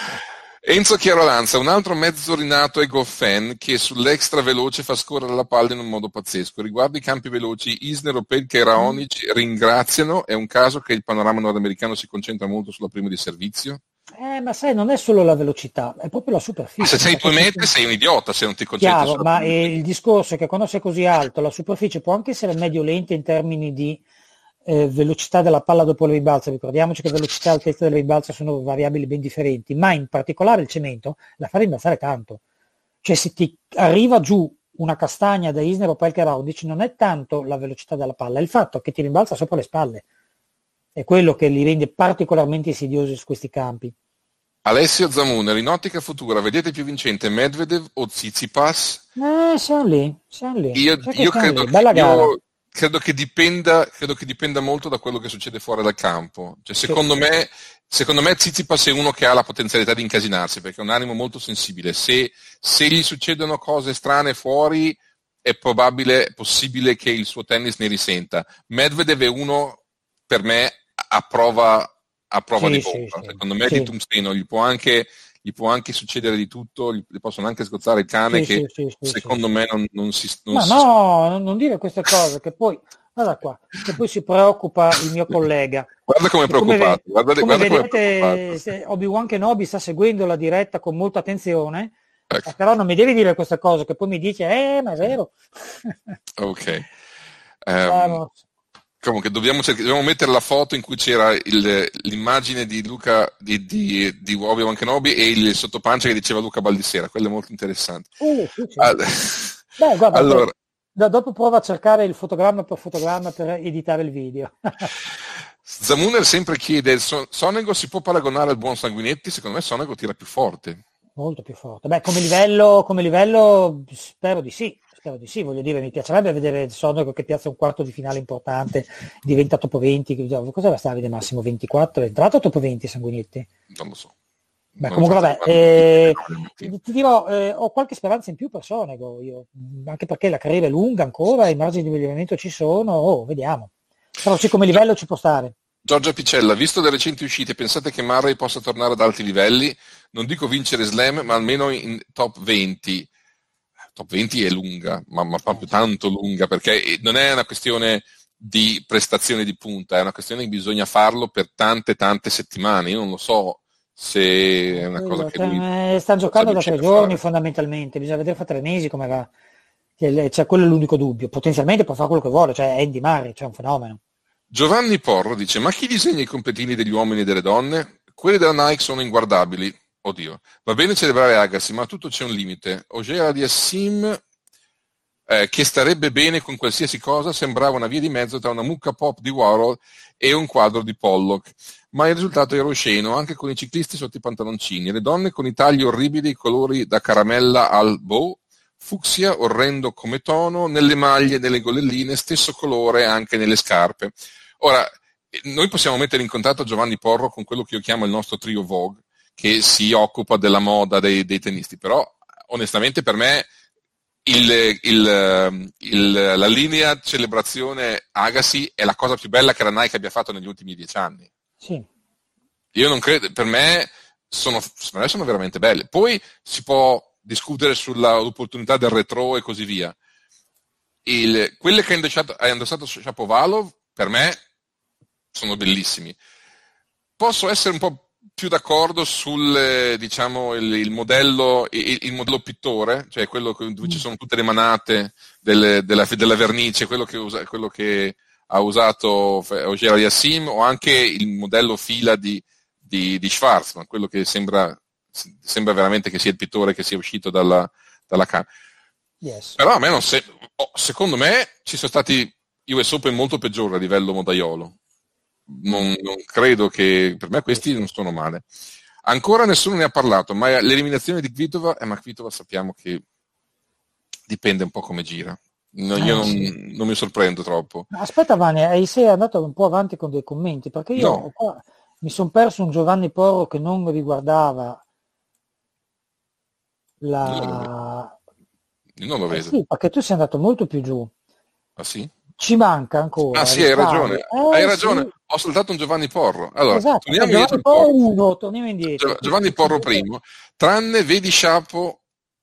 Enzo Chiarolanza, un altro mezzo rinato e fan che sull'extra veloce fa scorrere la palla in un modo pazzesco. Riguardo i campi veloci, Isner, Opelka e Raonic ringraziano. È un caso che il panorama nordamericano si concentra molto sulla prima di servizio? Eh, ma sai, non è solo la velocità, è proprio la superficie. Ma se sei due metri sei un idiota se non ti concentri Chiaro, ma il discorso è che quando sei così alto, la superficie può anche essere medio-lenta in termini di Eh, velocità della palla dopo il rimbalzo. Ricordiamoci che velocità e altezza del rimbalzo sono variabili ben differenti, ma in particolare il cemento la fa rimbalzare tanto. Cioè se ti arriva giù una castagna da Isner o Opelka Raonic non è tanto la velocità della palla, è il fatto che ti rimbalza sopra le spalle. È quello che li rende particolarmente insidiosi su questi campi. Alessio Zamuner, in ottica futura, vedete più vincente Medvedev o Tsitsipas? Eh, siamo lì, siamo lì. Io, io credo lì. Bella che gara. Io... Credo che, dipenda, credo che dipenda molto da quello che succede fuori dal campo. Cioè, secondo sì. me, secondo me Tsitsipas è uno che ha la potenzialità di incasinarsi, perché è un animo molto sensibile. Se, se gli succedono cose strane fuori, è probabile, è possibile che il suo tennis ne risenta. Medvedev è uno, per me, a prova, a prova sì, di bomba. Sì, secondo me sì. di Tumsteno gli può anche... gli può anche succedere di tutto, gli, gli possono anche sgozzare il cane, sì, che sì, sì, secondo sì. me non, non si... Non ma si... no, non dire queste cose, che poi, guarda qua, che poi si preoccupa il mio collega. Guarda come è preoccupato. Come, guardate, come guarda vedete, se Obi-Wan Kenobi sta seguendo la diretta con molta attenzione, ecco. Però non mi devi dire queste cose, che poi mi dice, eh, ma è vero. Ok. Um, Comunque dobbiamo, cerc- dobbiamo mettere la foto in cui c'era il, l'immagine di Luca di, di, di Obi-Wan Kenobi e il sottopancia che diceva Luca Baldissera, quello è molto interessante. Uh, sì, sì. All- Beh, guarda, allora, da, dopo prova a cercare il fotogramma per fotogramma per editare il video. Zamuner sempre chiede, Son- Sonego si può paragonare al buon Sanguinetti? Secondo me Sonego tira più forte. Molto più forte. Beh, come livello, come livello spero di sì. Spero di sì, voglio dire, mi piacerebbe vedere il Sonego che piazza un quarto di finale importante, diventa top venti, cosa va a vedere massimo ventiquattro, è entrato top venti Sanguinetti? Non lo so. Beh, comunque vabbè, eh, ti, ti dirò, eh, ho qualche speranza in più per Sonego, io, anche perché la carriera è lunga ancora, i margini di miglioramento ci sono, oh, vediamo. Però sì, come livello ci può stare. Giorgia Picella, visto le recenti uscite, pensate che Murray possa tornare ad alti livelli? Non dico vincere slam, ma almeno in top venti. Top venti è lunga, ma, ma proprio tanto lunga, perché non è una questione di prestazione di punta, è una questione che bisogna farlo per tante tante settimane. Io non lo so se è una cosa che lui cioè, sta giocando da tre giorni fondamentalmente, bisogna vedere fra tre mesi come va. Cioè, quello è l'unico dubbio. Potenzialmente può fare quello che vuole, cioè Andy Murray, cioè un fenomeno. Giovanni Porro dice: ma chi disegna i completini degli uomini e delle donne? Quelli della Nike sono inguardabili. Oddio, va bene celebrare Agassi, ma a tutto c'è un limite. Ogier Aliassim, eh, che starebbe bene con qualsiasi cosa, sembrava una via di mezzo tra una mucca pop di Warhol e un quadro di Pollock. Ma il risultato era osceno, anche con i ciclisti sotto i pantaloncini, e le donne con i tagli orribili, i colori da caramella al bow, fucsia, orrendo come tono, nelle maglie, nelle golelline, stesso colore anche nelle scarpe. Ora, noi possiamo mettere in contatto Giovanni Porro con quello che io chiamo il nostro trio Vogue, che si occupa della moda dei, dei tennisti, però onestamente per me il, il, il, la linea celebrazione Agassi è la cosa più bella che la Nike abbia fatto negli ultimi dieci anni. Sì. Io non credo, per me sono, per me sono veramente belle. Poi si può discutere sull'opportunità del retro e così via. Il, quelle che ha indossato, ha indossato Shapovalov, per me, sono bellissimi. Posso essere un po' più d'accordo sul, diciamo, il, il modello il, il modello pittore, cioè quello dove ci sono tutte le manate delle, della, della vernice, quello che, usa, quello che ha usato Ogier Aliassim, o anche il modello fila di, di, di Schwarzman, quello che sembra sembra veramente che sia il pittore che sia uscito dalla, dalla canna. Yes. Però a me non se, oh, secondo me ci sono stati U S Open molto peggiori a livello modaiolo. Non, non credo che, per me questi non sono male. Ancora nessuno ne ha parlato, ma l'eliminazione di Kvitova, eh, ma Kvitova sappiamo che dipende un po' come gira. No, io ah, non, sì. non mi sorprendo troppo. Aspetta Vania, sei andato un po' avanti con dei commenti, perché io No. qua mi sono perso un Giovanni Porro che non riguardava la... Io non lo vedo. Eh sì, perché tu sei andato molto più giù. Ah sì? Ci manca ancora. Ah sì, hai ragione, eh, hai ragione, sì. Ho saltato un Giovanni Porro. Allora, Esatto, torniamo Giovanni indietro Porro un po'. uno, torniamo indietro. Giovanni Porro primo, tranne vedi Sciapo,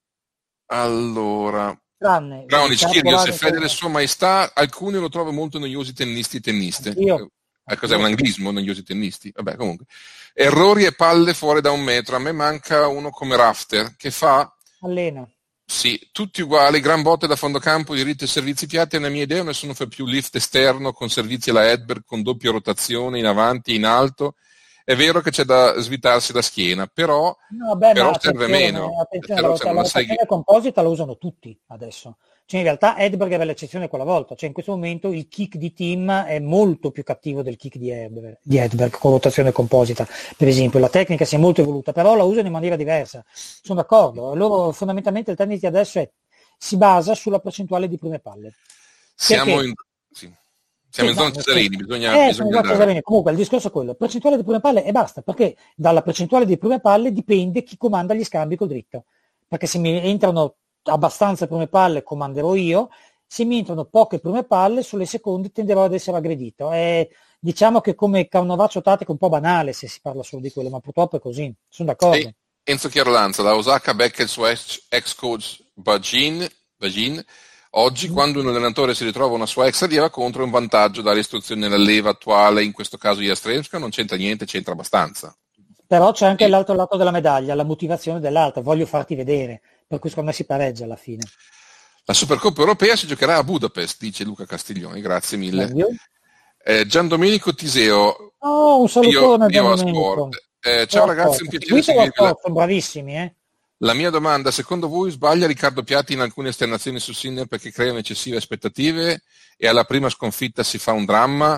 allora, tranne Raonic, Kyrgios e Sciapo, Federer, Sua Maestà, alcuni lo trovo molto noiosi tennisti tenniste. Io. Eh, cos'è un anglismo, noiosi tennisti? Vabbè, comunque. Errori e palle fuori da un metro, a me manca uno come Rafter, che fa... Allena. Sì, tutti uguali, gran botte da fondo campo, diritti e servizi piatti, è una mia idea, nessuno fa più lift esterno con servizi alla Edberg, con doppia rotazione in avanti, in alto. È vero che c'è da svitarsi la schiena, però, no, beh, però ma serve meno. Attenzione, la, la, la rotazione che... composita la usano tutti adesso. Cioè in realtà Edberg aveva l'eccezione quella volta, cioè in questo momento il kick di Team è molto più cattivo del kick di Edberg, di Edberg con rotazione composita, per esempio. La tecnica si è molto evoluta, però la usano in maniera diversa. Sono d'accordo. Loro fondamentalmente il tennis di adesso è, si basa sulla percentuale di prime palle. Siamo in, sì. Siamo sì, in zona no, Cesarini, bisogna, eh, bisogna Cesarini. Comunque il discorso è quello, percentuale di prime palle e basta, perché dalla percentuale di prime palle dipende chi comanda gli scambi col dritto. Perché se mi entrano abbastanza prime palle comanderò io, se mi entrano poche prime palle sulle seconde tenderò ad essere aggredito. È, diciamo che come canovaccio tattico un po' banale se si parla solo di quello, ma purtroppo è così, sono d'accordo. E Enzo Chiarlanza, da Osaka Beckett suo ex coach Bagin, Bagin oggi mm. quando un allenatore si ritrova una sua ex allieva contro è un vantaggio dare istruzioni nell'allieva attuale, in questo caso Jastremska, non c'entra niente, c'entra abbastanza. Però c'è anche sì. l'altro lato della medaglia, la motivazione dell'altro, voglio farti vedere, per cui secondo me si pareggia alla fine. La Supercoppa europea si giocherà a Budapest, dice Luca Castiglioni, grazie mille. Eh, Gian Domenico Tiseo, oh, un salutone io, io a Sport. Eh, ciao ragazzi, un piacere seguirvi. Sono bravissimi, eh? La mia domanda, secondo voi sbaglia Riccardo Piatti in alcune esternazioni su Sinner perché creano eccessive aspettative e alla prima sconfitta si fa un dramma?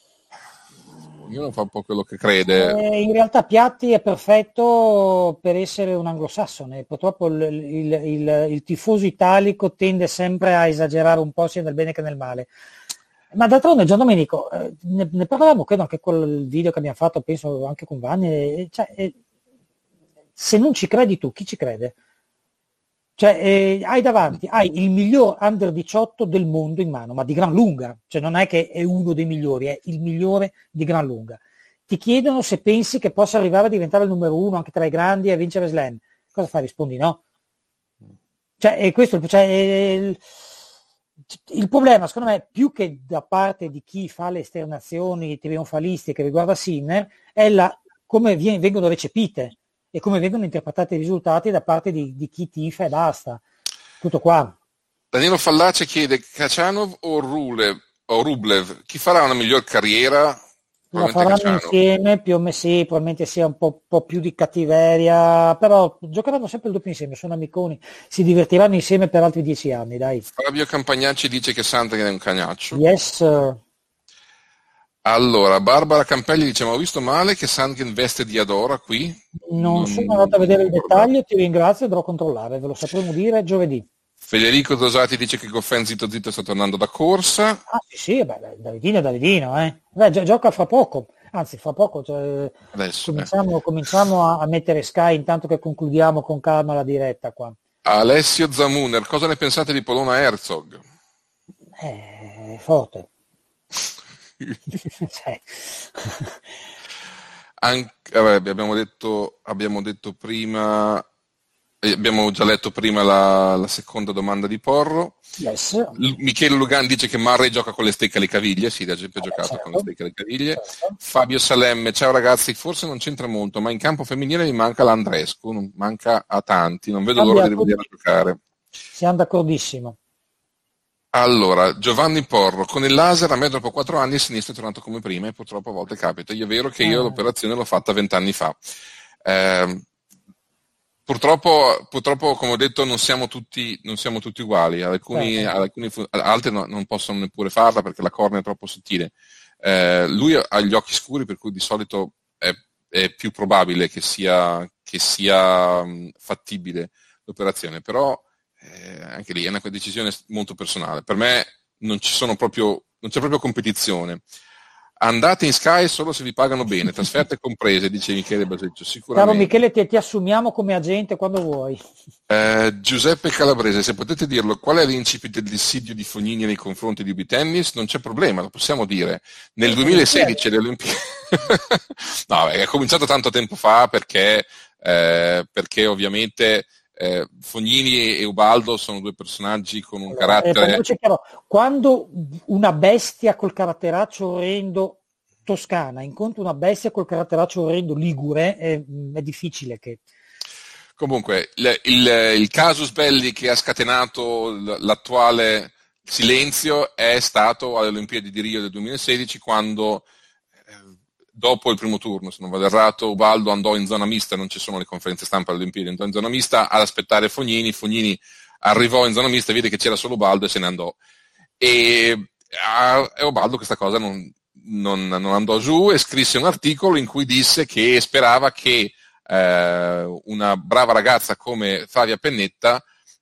Ognuno fa un po' quello che crede. Eh, in realtà Piatti è perfetto per essere un anglosassone, purtroppo il, il, il, il tifoso italico tende sempre a esagerare un po' sia nel bene che nel male. Ma d'altronde Gian Domenico, eh, ne, ne parlavamo credo anche col video che abbiamo fatto, penso anche con Vanni, eh, cioè, eh, se non ci credi tu, chi ci crede? Cioè, eh, hai davanti, hai il miglior under diciotto del mondo in mano, ma di gran lunga. Cioè, non è che è uno dei migliori, è il migliore di gran lunga. Ti chiedono se pensi che possa arrivare a diventare il numero uno anche tra i grandi e a vincere Slam. Cosa fai? Rispondi no. Cioè, è questo, cioè, è il, il problema, secondo me, più che da parte di chi fa le esternazioni trionfalistiche riguardo a Sinner, è la, come viene, vengono recepite e come vengono interpretati i risultati da parte di, di chi tifa e basta. Tutto qua. Danilo Fallace chiede Khachanov o Rublev, o Rublev, chi farà una miglior carriera? La faranno Khachanov. insieme, più o meno sì, probabilmente sia un po', po' più di cattiveria, però giocheranno sempre il doppio insieme, sono amiconi, si divertiranno insieme per altri dieci anni, dai. Fabio Campagnacci dice che Sandgren è un cagnaccio. Yes, sir. Allora, Barbara Campelli dice, ma ho visto male che Sandgren veste di Adora qui? Non, Non sono andato a vedere il ricordo. dettaglio, ti ringrazio, andrò a controllare, ve lo sapremo dire giovedì. Federico Dosati dice che Goffin zitto zitto sta tornando da corsa. Ah sì, sì, beh, Davidino è Davidino, eh. Beh, gio- gioca fra poco, anzi fra poco, cioè, Adesso, cominciamo, cominciamo a, a mettere Sky intanto che concludiamo con calma la diretta qua. Alessio Zamuner, cosa ne pensate di Polona Herzog? Eh, è forte. Cioè. Anche, vabbè, abbiamo detto, abbiamo detto prima, eh, abbiamo già letto prima la, la seconda domanda di Porro. Yes. L- Michele Lugan dice che Murray gioca con le stecche alle caviglie, sì, ha sempre Eh, giocato certo. con le stecche alle caviglie. Certo. Fabio Salemme, ciao ragazzi, forse non c'entra molto, ma in campo femminile mi manca l'Andrescu, non manca a tanti, non vedo l'ora di rivederla giocare. Siamo d'accordissimo. Allora, Giovanni Porro, con il laser a me dopo quattro anni il sinistro è tornato come prima e purtroppo a volte capita. Io è vero che io Ah. l'operazione l'ho fatta vent'anni fa. Eh, purtroppo, purtroppo, come ho detto, non siamo tutti, non siamo tutti uguali. Alcuni, Certo. alcuni altri no, non possono neppure farla perché la cornea è troppo sottile. Eh, lui ha gli occhi scuri, per cui di solito è, è più probabile che sia, che sia mh, fattibile l'operazione, però Eh, anche lì è una decisione molto personale. Per me non ci sono proprio, non c'è proprio competizione. Andate in Sky solo se vi pagano bene, trasferte comprese, dice Michele Baseccio, Caro sicuramente. Michele, ti, ti assumiamo come agente quando vuoi. Eh, Giuseppe Calabrese, se potete dirlo, qual è l'incipit del dissidio di Fognini nei confronti di U B Tennis? Non c'è problema, lo possiamo dire. Nel duemilasedici le Olimpiadi... no, è cominciato tanto tempo fa perché, eh, perché ovviamente... Eh, Fognini e Ubaldo sono due personaggi con un Eh, carattere. parliamoci chiaro, quando una bestia col caratteraccio orrendo toscana incontra una bestia col caratteraccio orrendo ligure, è, è difficile che... Comunque, il, il, il casus belli che ha scatenato l'attuale silenzio è stato alle Olimpiadi di Rio del duemilasedici, quando eh, dopo il primo turno, se non vado errato, Ubaldo andò in zona mista, non ci sono le conferenze stampa alle Olimpiadi, andò in zona mista ad aspettare Fognini, Fognini arrivò in zona mista, vide che c'era solo Ubaldo e se ne andò. E a, a Ubaldo questa cosa non, non, non andò giù e scrisse un articolo in cui disse che sperava che eh, una brava ragazza come Flavia Pennetta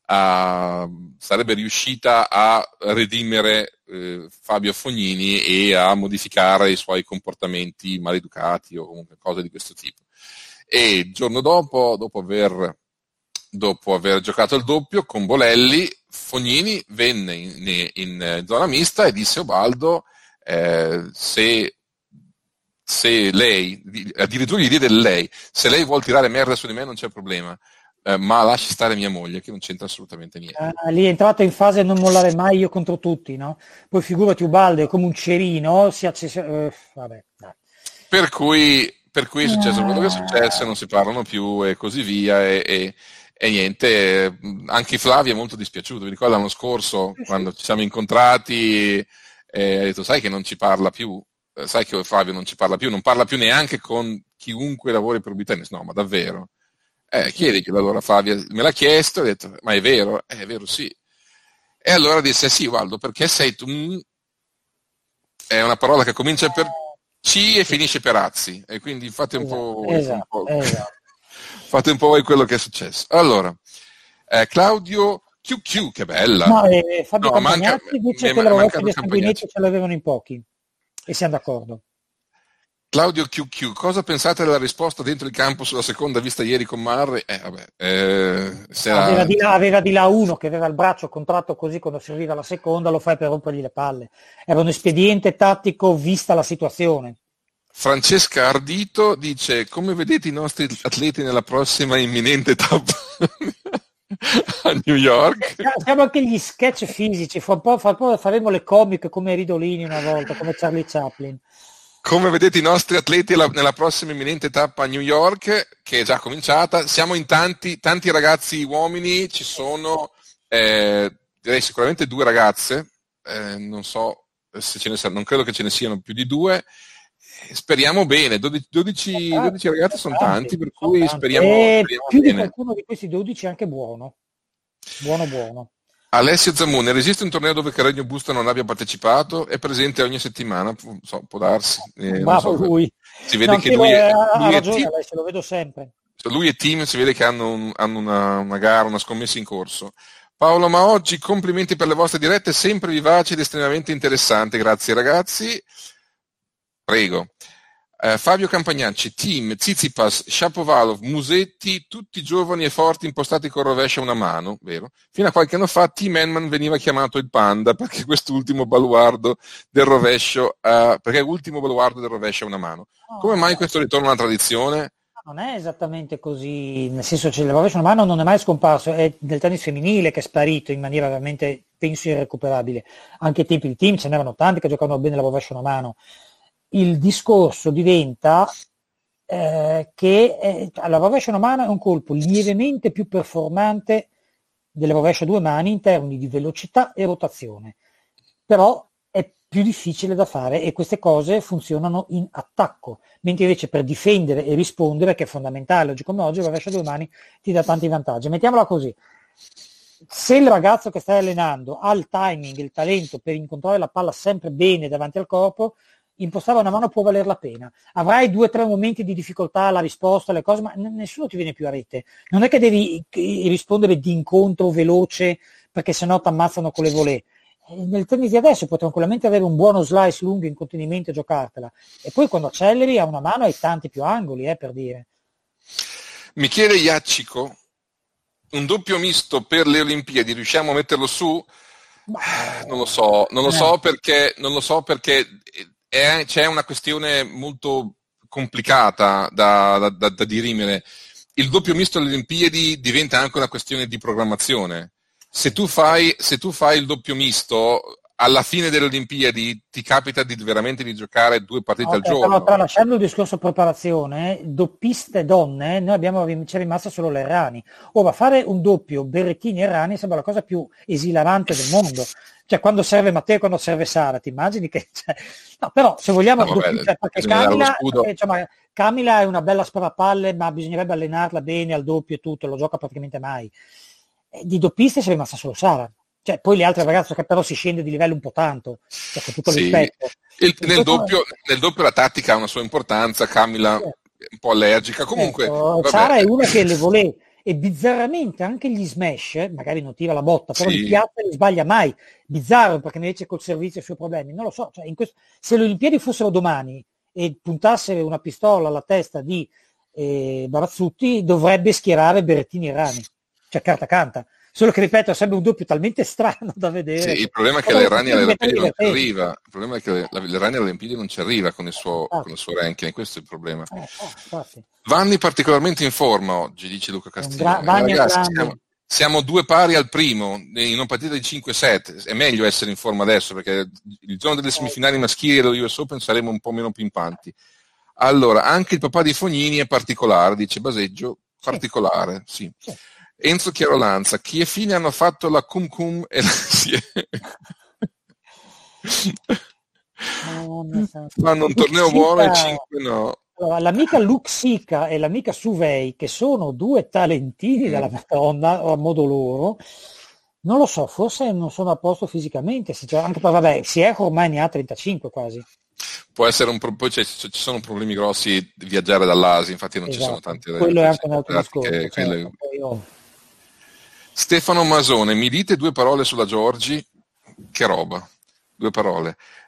Uh, sarebbe riuscita a redimere uh, Fabio Fognini e a modificare i suoi comportamenti maleducati o comunque cose di questo tipo. E il giorno dopo, dopo aver, dopo aver giocato il doppio con Bolelli, Fognini venne in, in, in zona mista e disse a Ubaldo eh, se, se lei, addirittura gli diede lei, se lei vuol tirare merda su di me non c'è problema. Eh, ma lasci stare mia moglie che non c'entra assolutamente niente. Ah, lì è entrato in fase non mollare mai io contro tutti, no? Poi figurati Ubaldo è come un cerino, si accese... uh, vabbè, dai. Per cui, per cui è successo quello che è successo, non si parlano più e così via e, e, e niente, anche Flavio è molto dispiaciuto, mi ricordo l'anno scorso quando ci siamo incontrati e ha detto sai che non ci parla più, sai che Flavio non ci parla più, non parla più neanche con chiunque lavori per U B Tennis, no ma davvero? Eh, chiediglielo allora Fabio, me l'ha chiesto, ho detto, ma è vero? Eh, è vero, sì. E allora disse, sì, Waldo, perché sei tu? È una parola che comincia per C e finisce per Azzi, e quindi fate un po', esatto, un po', esatto. fate un po' voi quello che è successo. Allora, eh, Claudio Q Q, che bella. No, eh, Fabio No, manca- Campagnazzi dice mi è che la mancato ragazza di Campagnazzi. sanguinetti ce l'avevano in pochi, e siamo d'accordo. Claudio Q Q, cosa pensate della risposta dentro il campo sulla seconda vista ieri con Marri? Eh, vabbè, eh, se aveva, la... di là, aveva di là uno che aveva il braccio contratto così, quando serviva la seconda lo fai per rompergli le palle. Era un espediente tattico vista la situazione. Francesca Ardito dice: come vedete i nostri atleti nella prossima imminente tappa a New York? Siamo anche gli sketch fisici, fra un po', fra un po' faremo le comiche come Ridolini una volta, come Charlie Chaplin. Come vedete i nostri atleti nella prossima imminente tappa a New York, che è già cominciata, siamo in tanti, tanti ragazzi uomini, ci sono eh, direi sicuramente due ragazze, eh, non so se ce ne saranno, non credo che ce ne siano più di due, speriamo bene, dodici, dodici, dodici ragazzi sono tanti, per cui speriamo, e speriamo più bene. Di qualcuno di questi dodici è anche buono, buono buono. Alessio Zammone, esiste un torneo dove Carreño Busta non abbia partecipato? È presente ogni settimana? Pu- so, può darsi. Eh, Bravo so, lui. Si vede no, che lui, è, ha lui, ragione, è team, Alessio, lo vedo sempre. lui e team si vede che hanno, un, hanno una, una gara, una scommessa in corso. Paolo Ma oggi, complimenti per le vostre dirette, sempre vivaci ed estremamente interessanti. Grazie ragazzi. Prego. Uh, Fabio Campagnacci, Team, Tsitsipas, Shapovalov, Musetti, tutti giovani e forti impostati con rovescio a una mano, vero? Fino a qualche anno fa Team Henman veniva chiamato il Panda perché quest'ultimo baluardo del rovescio, uh, perché l'ultimo baluardo del rovescio a una mano. Come mai questo ritorno alla tradizione? Non è esattamente così, nel senso che il rovescio a una mano non è mai scomparso, è del tennis femminile che è sparito in maniera veramente, penso, irrecuperabile. Anche ai tempi il team ce n'erano tanti che giocavano bene la rovescio a una mano. Il discorso diventa eh, che è, la rovescio a una mano è un colpo lievemente più performante delle rovescio a due mani in termini di velocità e rotazione, però è più difficile da fare e queste cose funzionano in attacco, mentre invece per difendere e rispondere, che è fondamentale oggi come oggi, la rovescio a due mani ti dà tanti vantaggi. Mettiamola così: se il ragazzo che stai allenando ha il timing, il talento per incontrare la palla sempre bene davanti al corpo, impostare una mano può valer la pena. Avrai due o tre momenti di difficoltà alla risposta, alle cose, ma n- nessuno ti viene più a rete. Non è che devi rispondere di incontro veloce perché sennò ti ammazzano con le volée. Nel tennis di adesso puoi tranquillamente avere un buono slice lungo in contenimento e giocartela. E poi quando acceleri a una mano hai tanti più angoli, eh, per dire. Michele Iaccico, un doppio misto per le Olimpiadi, riusciamo a metterlo su? Ma... Non lo so, non lo eh. so perché, non lo so perché è, c'è una questione molto complicata da, da, da, da dirimere. Il doppio misto alle Olimpiadi diventa anche una questione di programmazione. Se tu fai, se tu fai il doppio misto, alla fine delle Olimpiadi ti capita di veramente di giocare due partite okay, al giorno. Però, tralasciando il discorso preparazione, doppiste donne, noi abbiamo, c'è rimasta solo l'Errani. Ora, fare un doppio Berrettini e Errani sembra la cosa più esilarante del mondo. Cioè, quando serve Matteo e quando serve Sara, ti immagini che... Cioè... No, però, se vogliamo... No, vabbè, doppio, cioè, perché Camila, perché, diciamo, Camila è una bella sparapalle, ma bisognerebbe allenarla bene al doppio e tutto, lo gioca praticamente mai. Di doppiste si è rimasta solo Sara. Cioè, poi le altre ragazze che però si scende di livello un po' tanto, cioè, con tutto sì. rispetto. Il, nel, doppio, nel doppio la tattica ha una sua importanza, Camila è un po' allergica, comunque... Ecco, Sara è una che le volé, e bizzarramente anche gli smash, magari non tira la botta, però sì. Li piazza e li sbaglia mai. Bizzarro, perché invece col servizio ha i suoi problemi. Non lo so, cioè, in questo, se le Olimpiadi fossero domani e puntasse una pistola alla testa di eh, Barazzutti, dovrebbe schierare Berrettini e Rani. Cioè, carta canta. Solo che, ripeto, sembra un doppio talmente strano da vedere. Sì, il problema è che l'Errani alle Olimpiadi non ci arriva. Il problema è che l'Errani alle Olimpiadi non ci arriva con il suo, con il suo ranking, questo è il problema. Eh, eh, Vanni particolarmente in forma oggi, dice Luca Castillo. Gra- eh, ragazzi, siamo, siamo due pari al primo, in una partita di cinque set. È meglio essere in forma adesso, perché il giorno delle semifinali maschili dello U S Open saremo un po' meno pimpanti. Allora, anche il papà di Fognini è particolare, dice Baseggio, particolare, sì. sì. Enzo Chiarolanza, chi e Fine hanno fatto la cum cum e la sie. Fanno un torneo buono e cinque no. Allora, l'amica Luxica e l'amica Suvei, che sono due talentini della Madonna, a modo loro, non lo so, forse non sono a posto fisicamente, anche per, vabbè, Sierra ormai ne ha trentacinque quasi. Può essere un pro- poi ci sono problemi grossi di viaggiare dall'Asia, infatti non esatto. ci sono tanti. Quello è anche un altro discorso. Che, certo, quello... io... Stefano Masone, mi dite due parole sulla Giorgi? Che roba, due parole.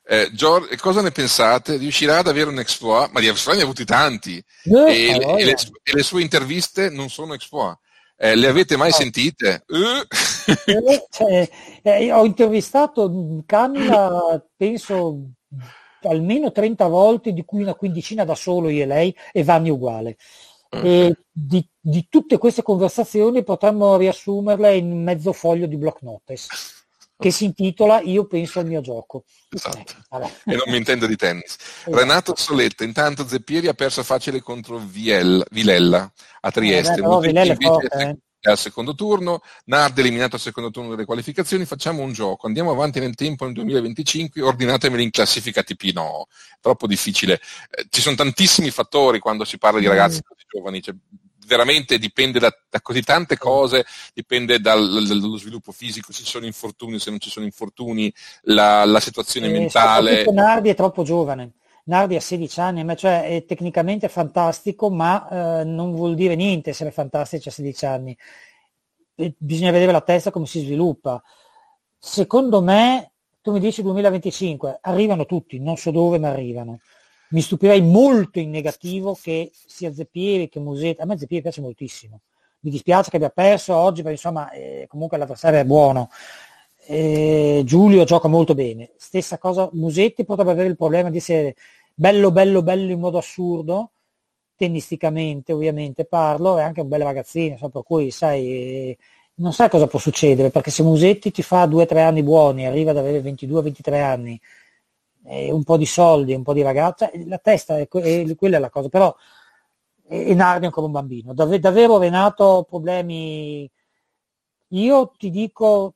Eh, Gior- cosa ne pensate? Riuscirà ad avere un exploit? Ma di exploit ne ha avuti tanti. Eh, E, allora. le, e, le, e le sue interviste non sono exploit. Eh, le avete mai No. sentite? Eh. Eh, cioè, eh, ho intervistato Camila, penso, almeno trenta volte, di cui una quindicina da solo io e lei, e Vanni uguale. Okay. E di, di tutte queste conversazioni potremmo riassumerle in mezzo foglio di block notice, che si intitola Io penso al mio gioco. Esatto. Eh, E non mi intendo di tennis. Esatto. Renato Soletta, intanto Zeppieri ha perso facile contro Viel- Vilella a Trieste. Eh, beh, però Vilella è forte, Invece eh. è al secondo turno, Nardi eliminato al secondo turno delle qualificazioni. Facciamo un gioco, andiamo avanti nel tempo nel duemilaventicinque, ordinatemeli in classifica T P. No, troppo difficile. Eh, ci sono tantissimi fattori quando si parla di ragazzi così giovani, cioè, veramente dipende da, da così tante cose, dipende dal, dallo sviluppo fisico, se ci sono infortuni, se non ci sono infortuni, la, la situazione E mentale. soprattutto Nardi è troppo giovane. Nardi ha sedici anni, ma cioè è tecnicamente fantastico, ma eh, non vuol dire niente essere fantastici a sedici anni. E bisogna vedere la testa come si sviluppa. Secondo me, tu mi dici duemilaventicinque, arrivano tutti, non so dove, ma arrivano. Mi stupirei molto in negativo che sia Zeppieri che Musetti. A me Zeppieri piace moltissimo. Mi dispiace che abbia perso oggi, perché insomma eh, comunque l'avversario è buono. Eh, Giulio gioca molto bene. Stessa cosa, Musetti potrebbe avere il problema di essere bello, bello, bello in modo assurdo, tennisticamente ovviamente parlo, è anche un bel ragazzino, so, per cui sai, eh, non sai cosa può succedere, perché se Musetti ti fa due o tre anni buoni, arriva ad avere ventidue ventitré anni, eh, un po' di soldi, un po' di ragazza, la testa, è, è, quella è la cosa, però e Nardi è ancora un bambino. Dav- davvero Renato problemi, io ti dico,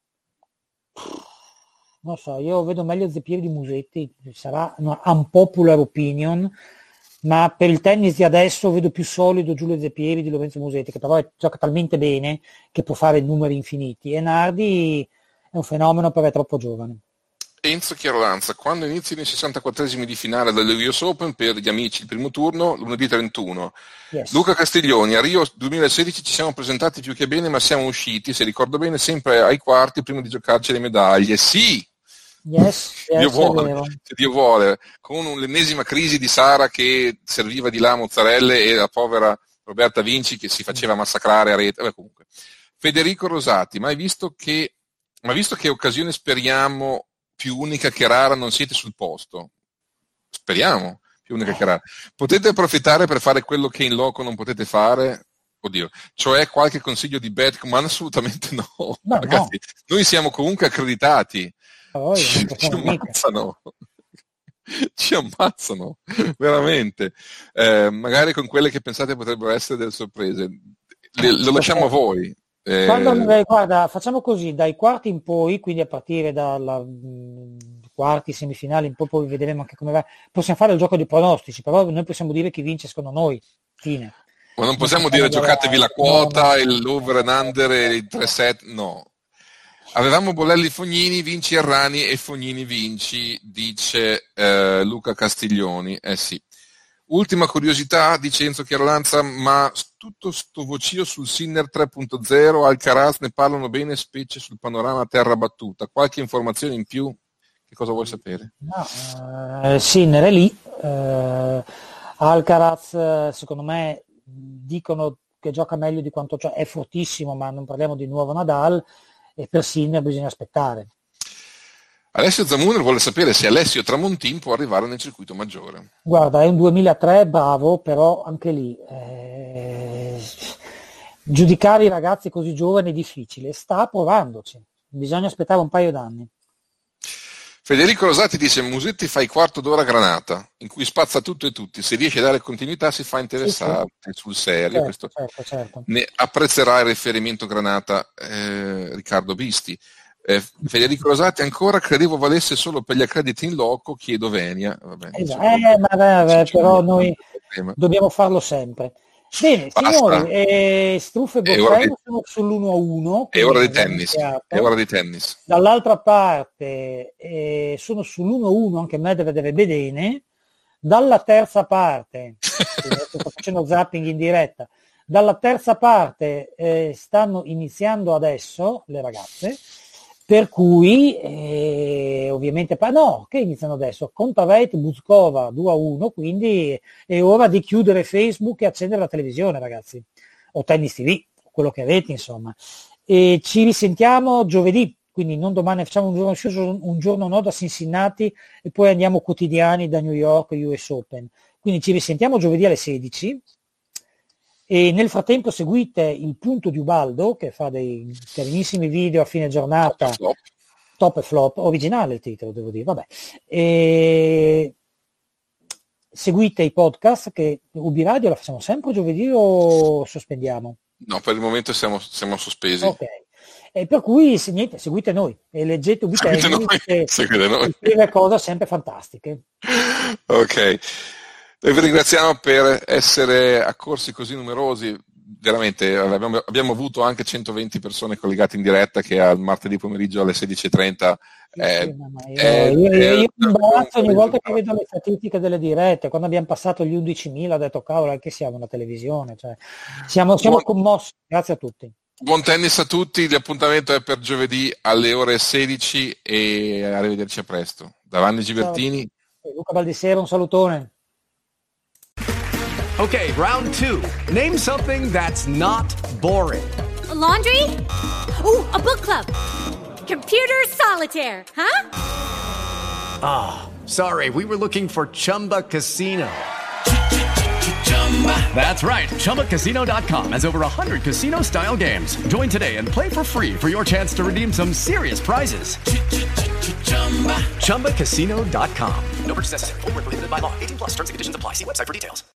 non so, io vedo meglio Zeppieri di Musetti, sarà una unpopular opinion, ma per il tennis di adesso vedo più solido Giulio Zeppieri di Lorenzo Musetti, che però è, gioca talmente bene che può fare numeri infiniti, e Nardi è un fenomeno perché è troppo giovane. Enzo Chiarolanza, quando iniziano i sessantaquattresimi di finale delle U S Open per gli amici il primo turno, lunedì trentuno. Yes. Luca Castiglioni, a Rio duemilasedici ci siamo presentati più che bene, ma siamo usciti, se ricordo bene, sempre ai quarti prima di giocarci le medaglie. Sì! Yes, yes, Dio vuole, è vero. se Dio vuole, con l'ennesima crisi di Sara che serviva di là a mozzarelle e la povera Roberta Vinci che si faceva massacrare a rete. Beh, comunque. Federico Rosati, mai visto che, ma visto che occasione speriamo più unica che rara, non siete sul posto? Speriamo, più unica che rara. Potete approfittare per fare quello che in loco non potete fare? Oddio, cioè qualche consiglio di bet, ma assolutamente no. No, Ragazzi, no. noi siamo comunque accreditati. Oh, Ci, ci ammazzano. Ci ammazzano, veramente. Eh, magari con quelle che pensate potrebbero essere delle sorprese. Le, lo lasciamo a voi. Eh, Quando, guarda, facciamo così, dai quarti in poi, quindi a partire dalla mh, quarti, semifinali in poi, poi vedremo anche come va. Possiamo fare il gioco dei pronostici, però noi possiamo dire chi vince secondo noi. Fine. Ma non possiamo dire giocatevi la quota, il l'over and under e il tre set, no. Avevamo Bolelli Fognini, vinci Errani e Fognini vinci, dice eh, Luca Castiglioni. Eh sì. Ultima curiosità, dice Enzo Chiarolanza, ma tutto sto vocio sul Sinner tre punto zero, Alcaraz ne parlano bene, specie sul panorama terra battuta. Qualche informazione in più? Che cosa vuoi sapere? No, eh, Sinner è lì. Eh, Alcaraz, secondo me, dicono che gioca meglio di quanto cioè, è fortissimo, ma non parliamo di nuovo Nadal. E per Sinner bisogna aspettare. Alessio Zamuner vuole sapere se Alessio Tramontin può arrivare nel circuito maggiore. Guarda, è un duemilatré bravo, però anche lì eh, giudicare i ragazzi così giovani è difficile. Sta provandoci, bisogna aspettare un paio d'anni. Federico Rosati dice Musetti fa il quarto d'ora Granata, in cui spazza tutto e tutti, se riesce a dare continuità si fa interessante sì, sì. sul serio. Certo, questo certo, certo. Ne apprezzerà il riferimento Granata eh, Riccardo Bisti. Eh, Federico Rosati ancora, credevo valesse solo per gli accrediti in loco, chiedo venia. Vabbè, esatto. eh, ma vabbè, però noi problema. dobbiamo farlo sempre. Bene, Basta. signori, eh, Struff e Goffredo sono sull'uno a uno. È ora di tennis. È ora di tennis. Dall'altra parte eh, sono sull'uno a uno anche Medvedev e Bedene. Dalla terza parte, sto facendo zapping in diretta, dalla terza parte eh, stanno iniziando adesso le ragazze. Per cui, eh, ovviamente, pa- no, che iniziano adesso? Kontaveit Buzkova due a uno, quindi è ora di chiudere Facebook e accendere la televisione, ragazzi, o Tennis T V, quello che avete, insomma. E ci risentiamo giovedì, quindi non domani, facciamo un giorno, un giorno no da Cincinnati e poi andiamo quotidiani da New York U S Open. Quindi ci risentiamo giovedì alle sedici. E nel frattempo seguite il punto di Ubaldo, che fa dei carinissimi video a fine giornata, Top, top e flop, originale il titolo, devo dire, vabbè. E seguite i podcast, che Ubi Radio la facciamo sempre giovedì o sospendiamo? No, per il momento siamo, siamo sospesi. Ok. E per cui se, niente, seguite noi e leggete Ubi Seguite Tennis, noi, che seguite noi. scrive cose sempre fantastiche. Ok. Noi vi ringraziamo per essere accorsi così numerosi, veramente abbiamo, abbiamo avuto anche centoventi persone collegate in diretta, che al martedì pomeriggio alle sedici e trenta è, Sì, ma io, è, io, è, io è, mi imbarazzo ogni volta che è, vedo le statistiche delle dirette, quando abbiamo passato gli undicimila ho detto cavolo, anche siamo una televisione, cioè, siamo, siamo buon, commossi, grazie a tutti. Buon tennis a tutti, l'appuntamento è per giovedì alle ore sedici e arrivederci a presto. Da Vanni Gibertini. Ciao. Luca Baldissera, un salutone. Okay, round two. Name something that's not boring. A laundry? Ooh, a book club. Computer solitaire, huh? Ah, oh, sorry, we were looking for Chumba Casino. That's right, Chumba Casino dot com has over one hundred casino-style games. Join today and play for free for your chance to redeem some serious prizes. Chumba Casino dot com. No purchase necessary. Void where prohibited by law. eighteen plus terms and conditions apply. See website for details.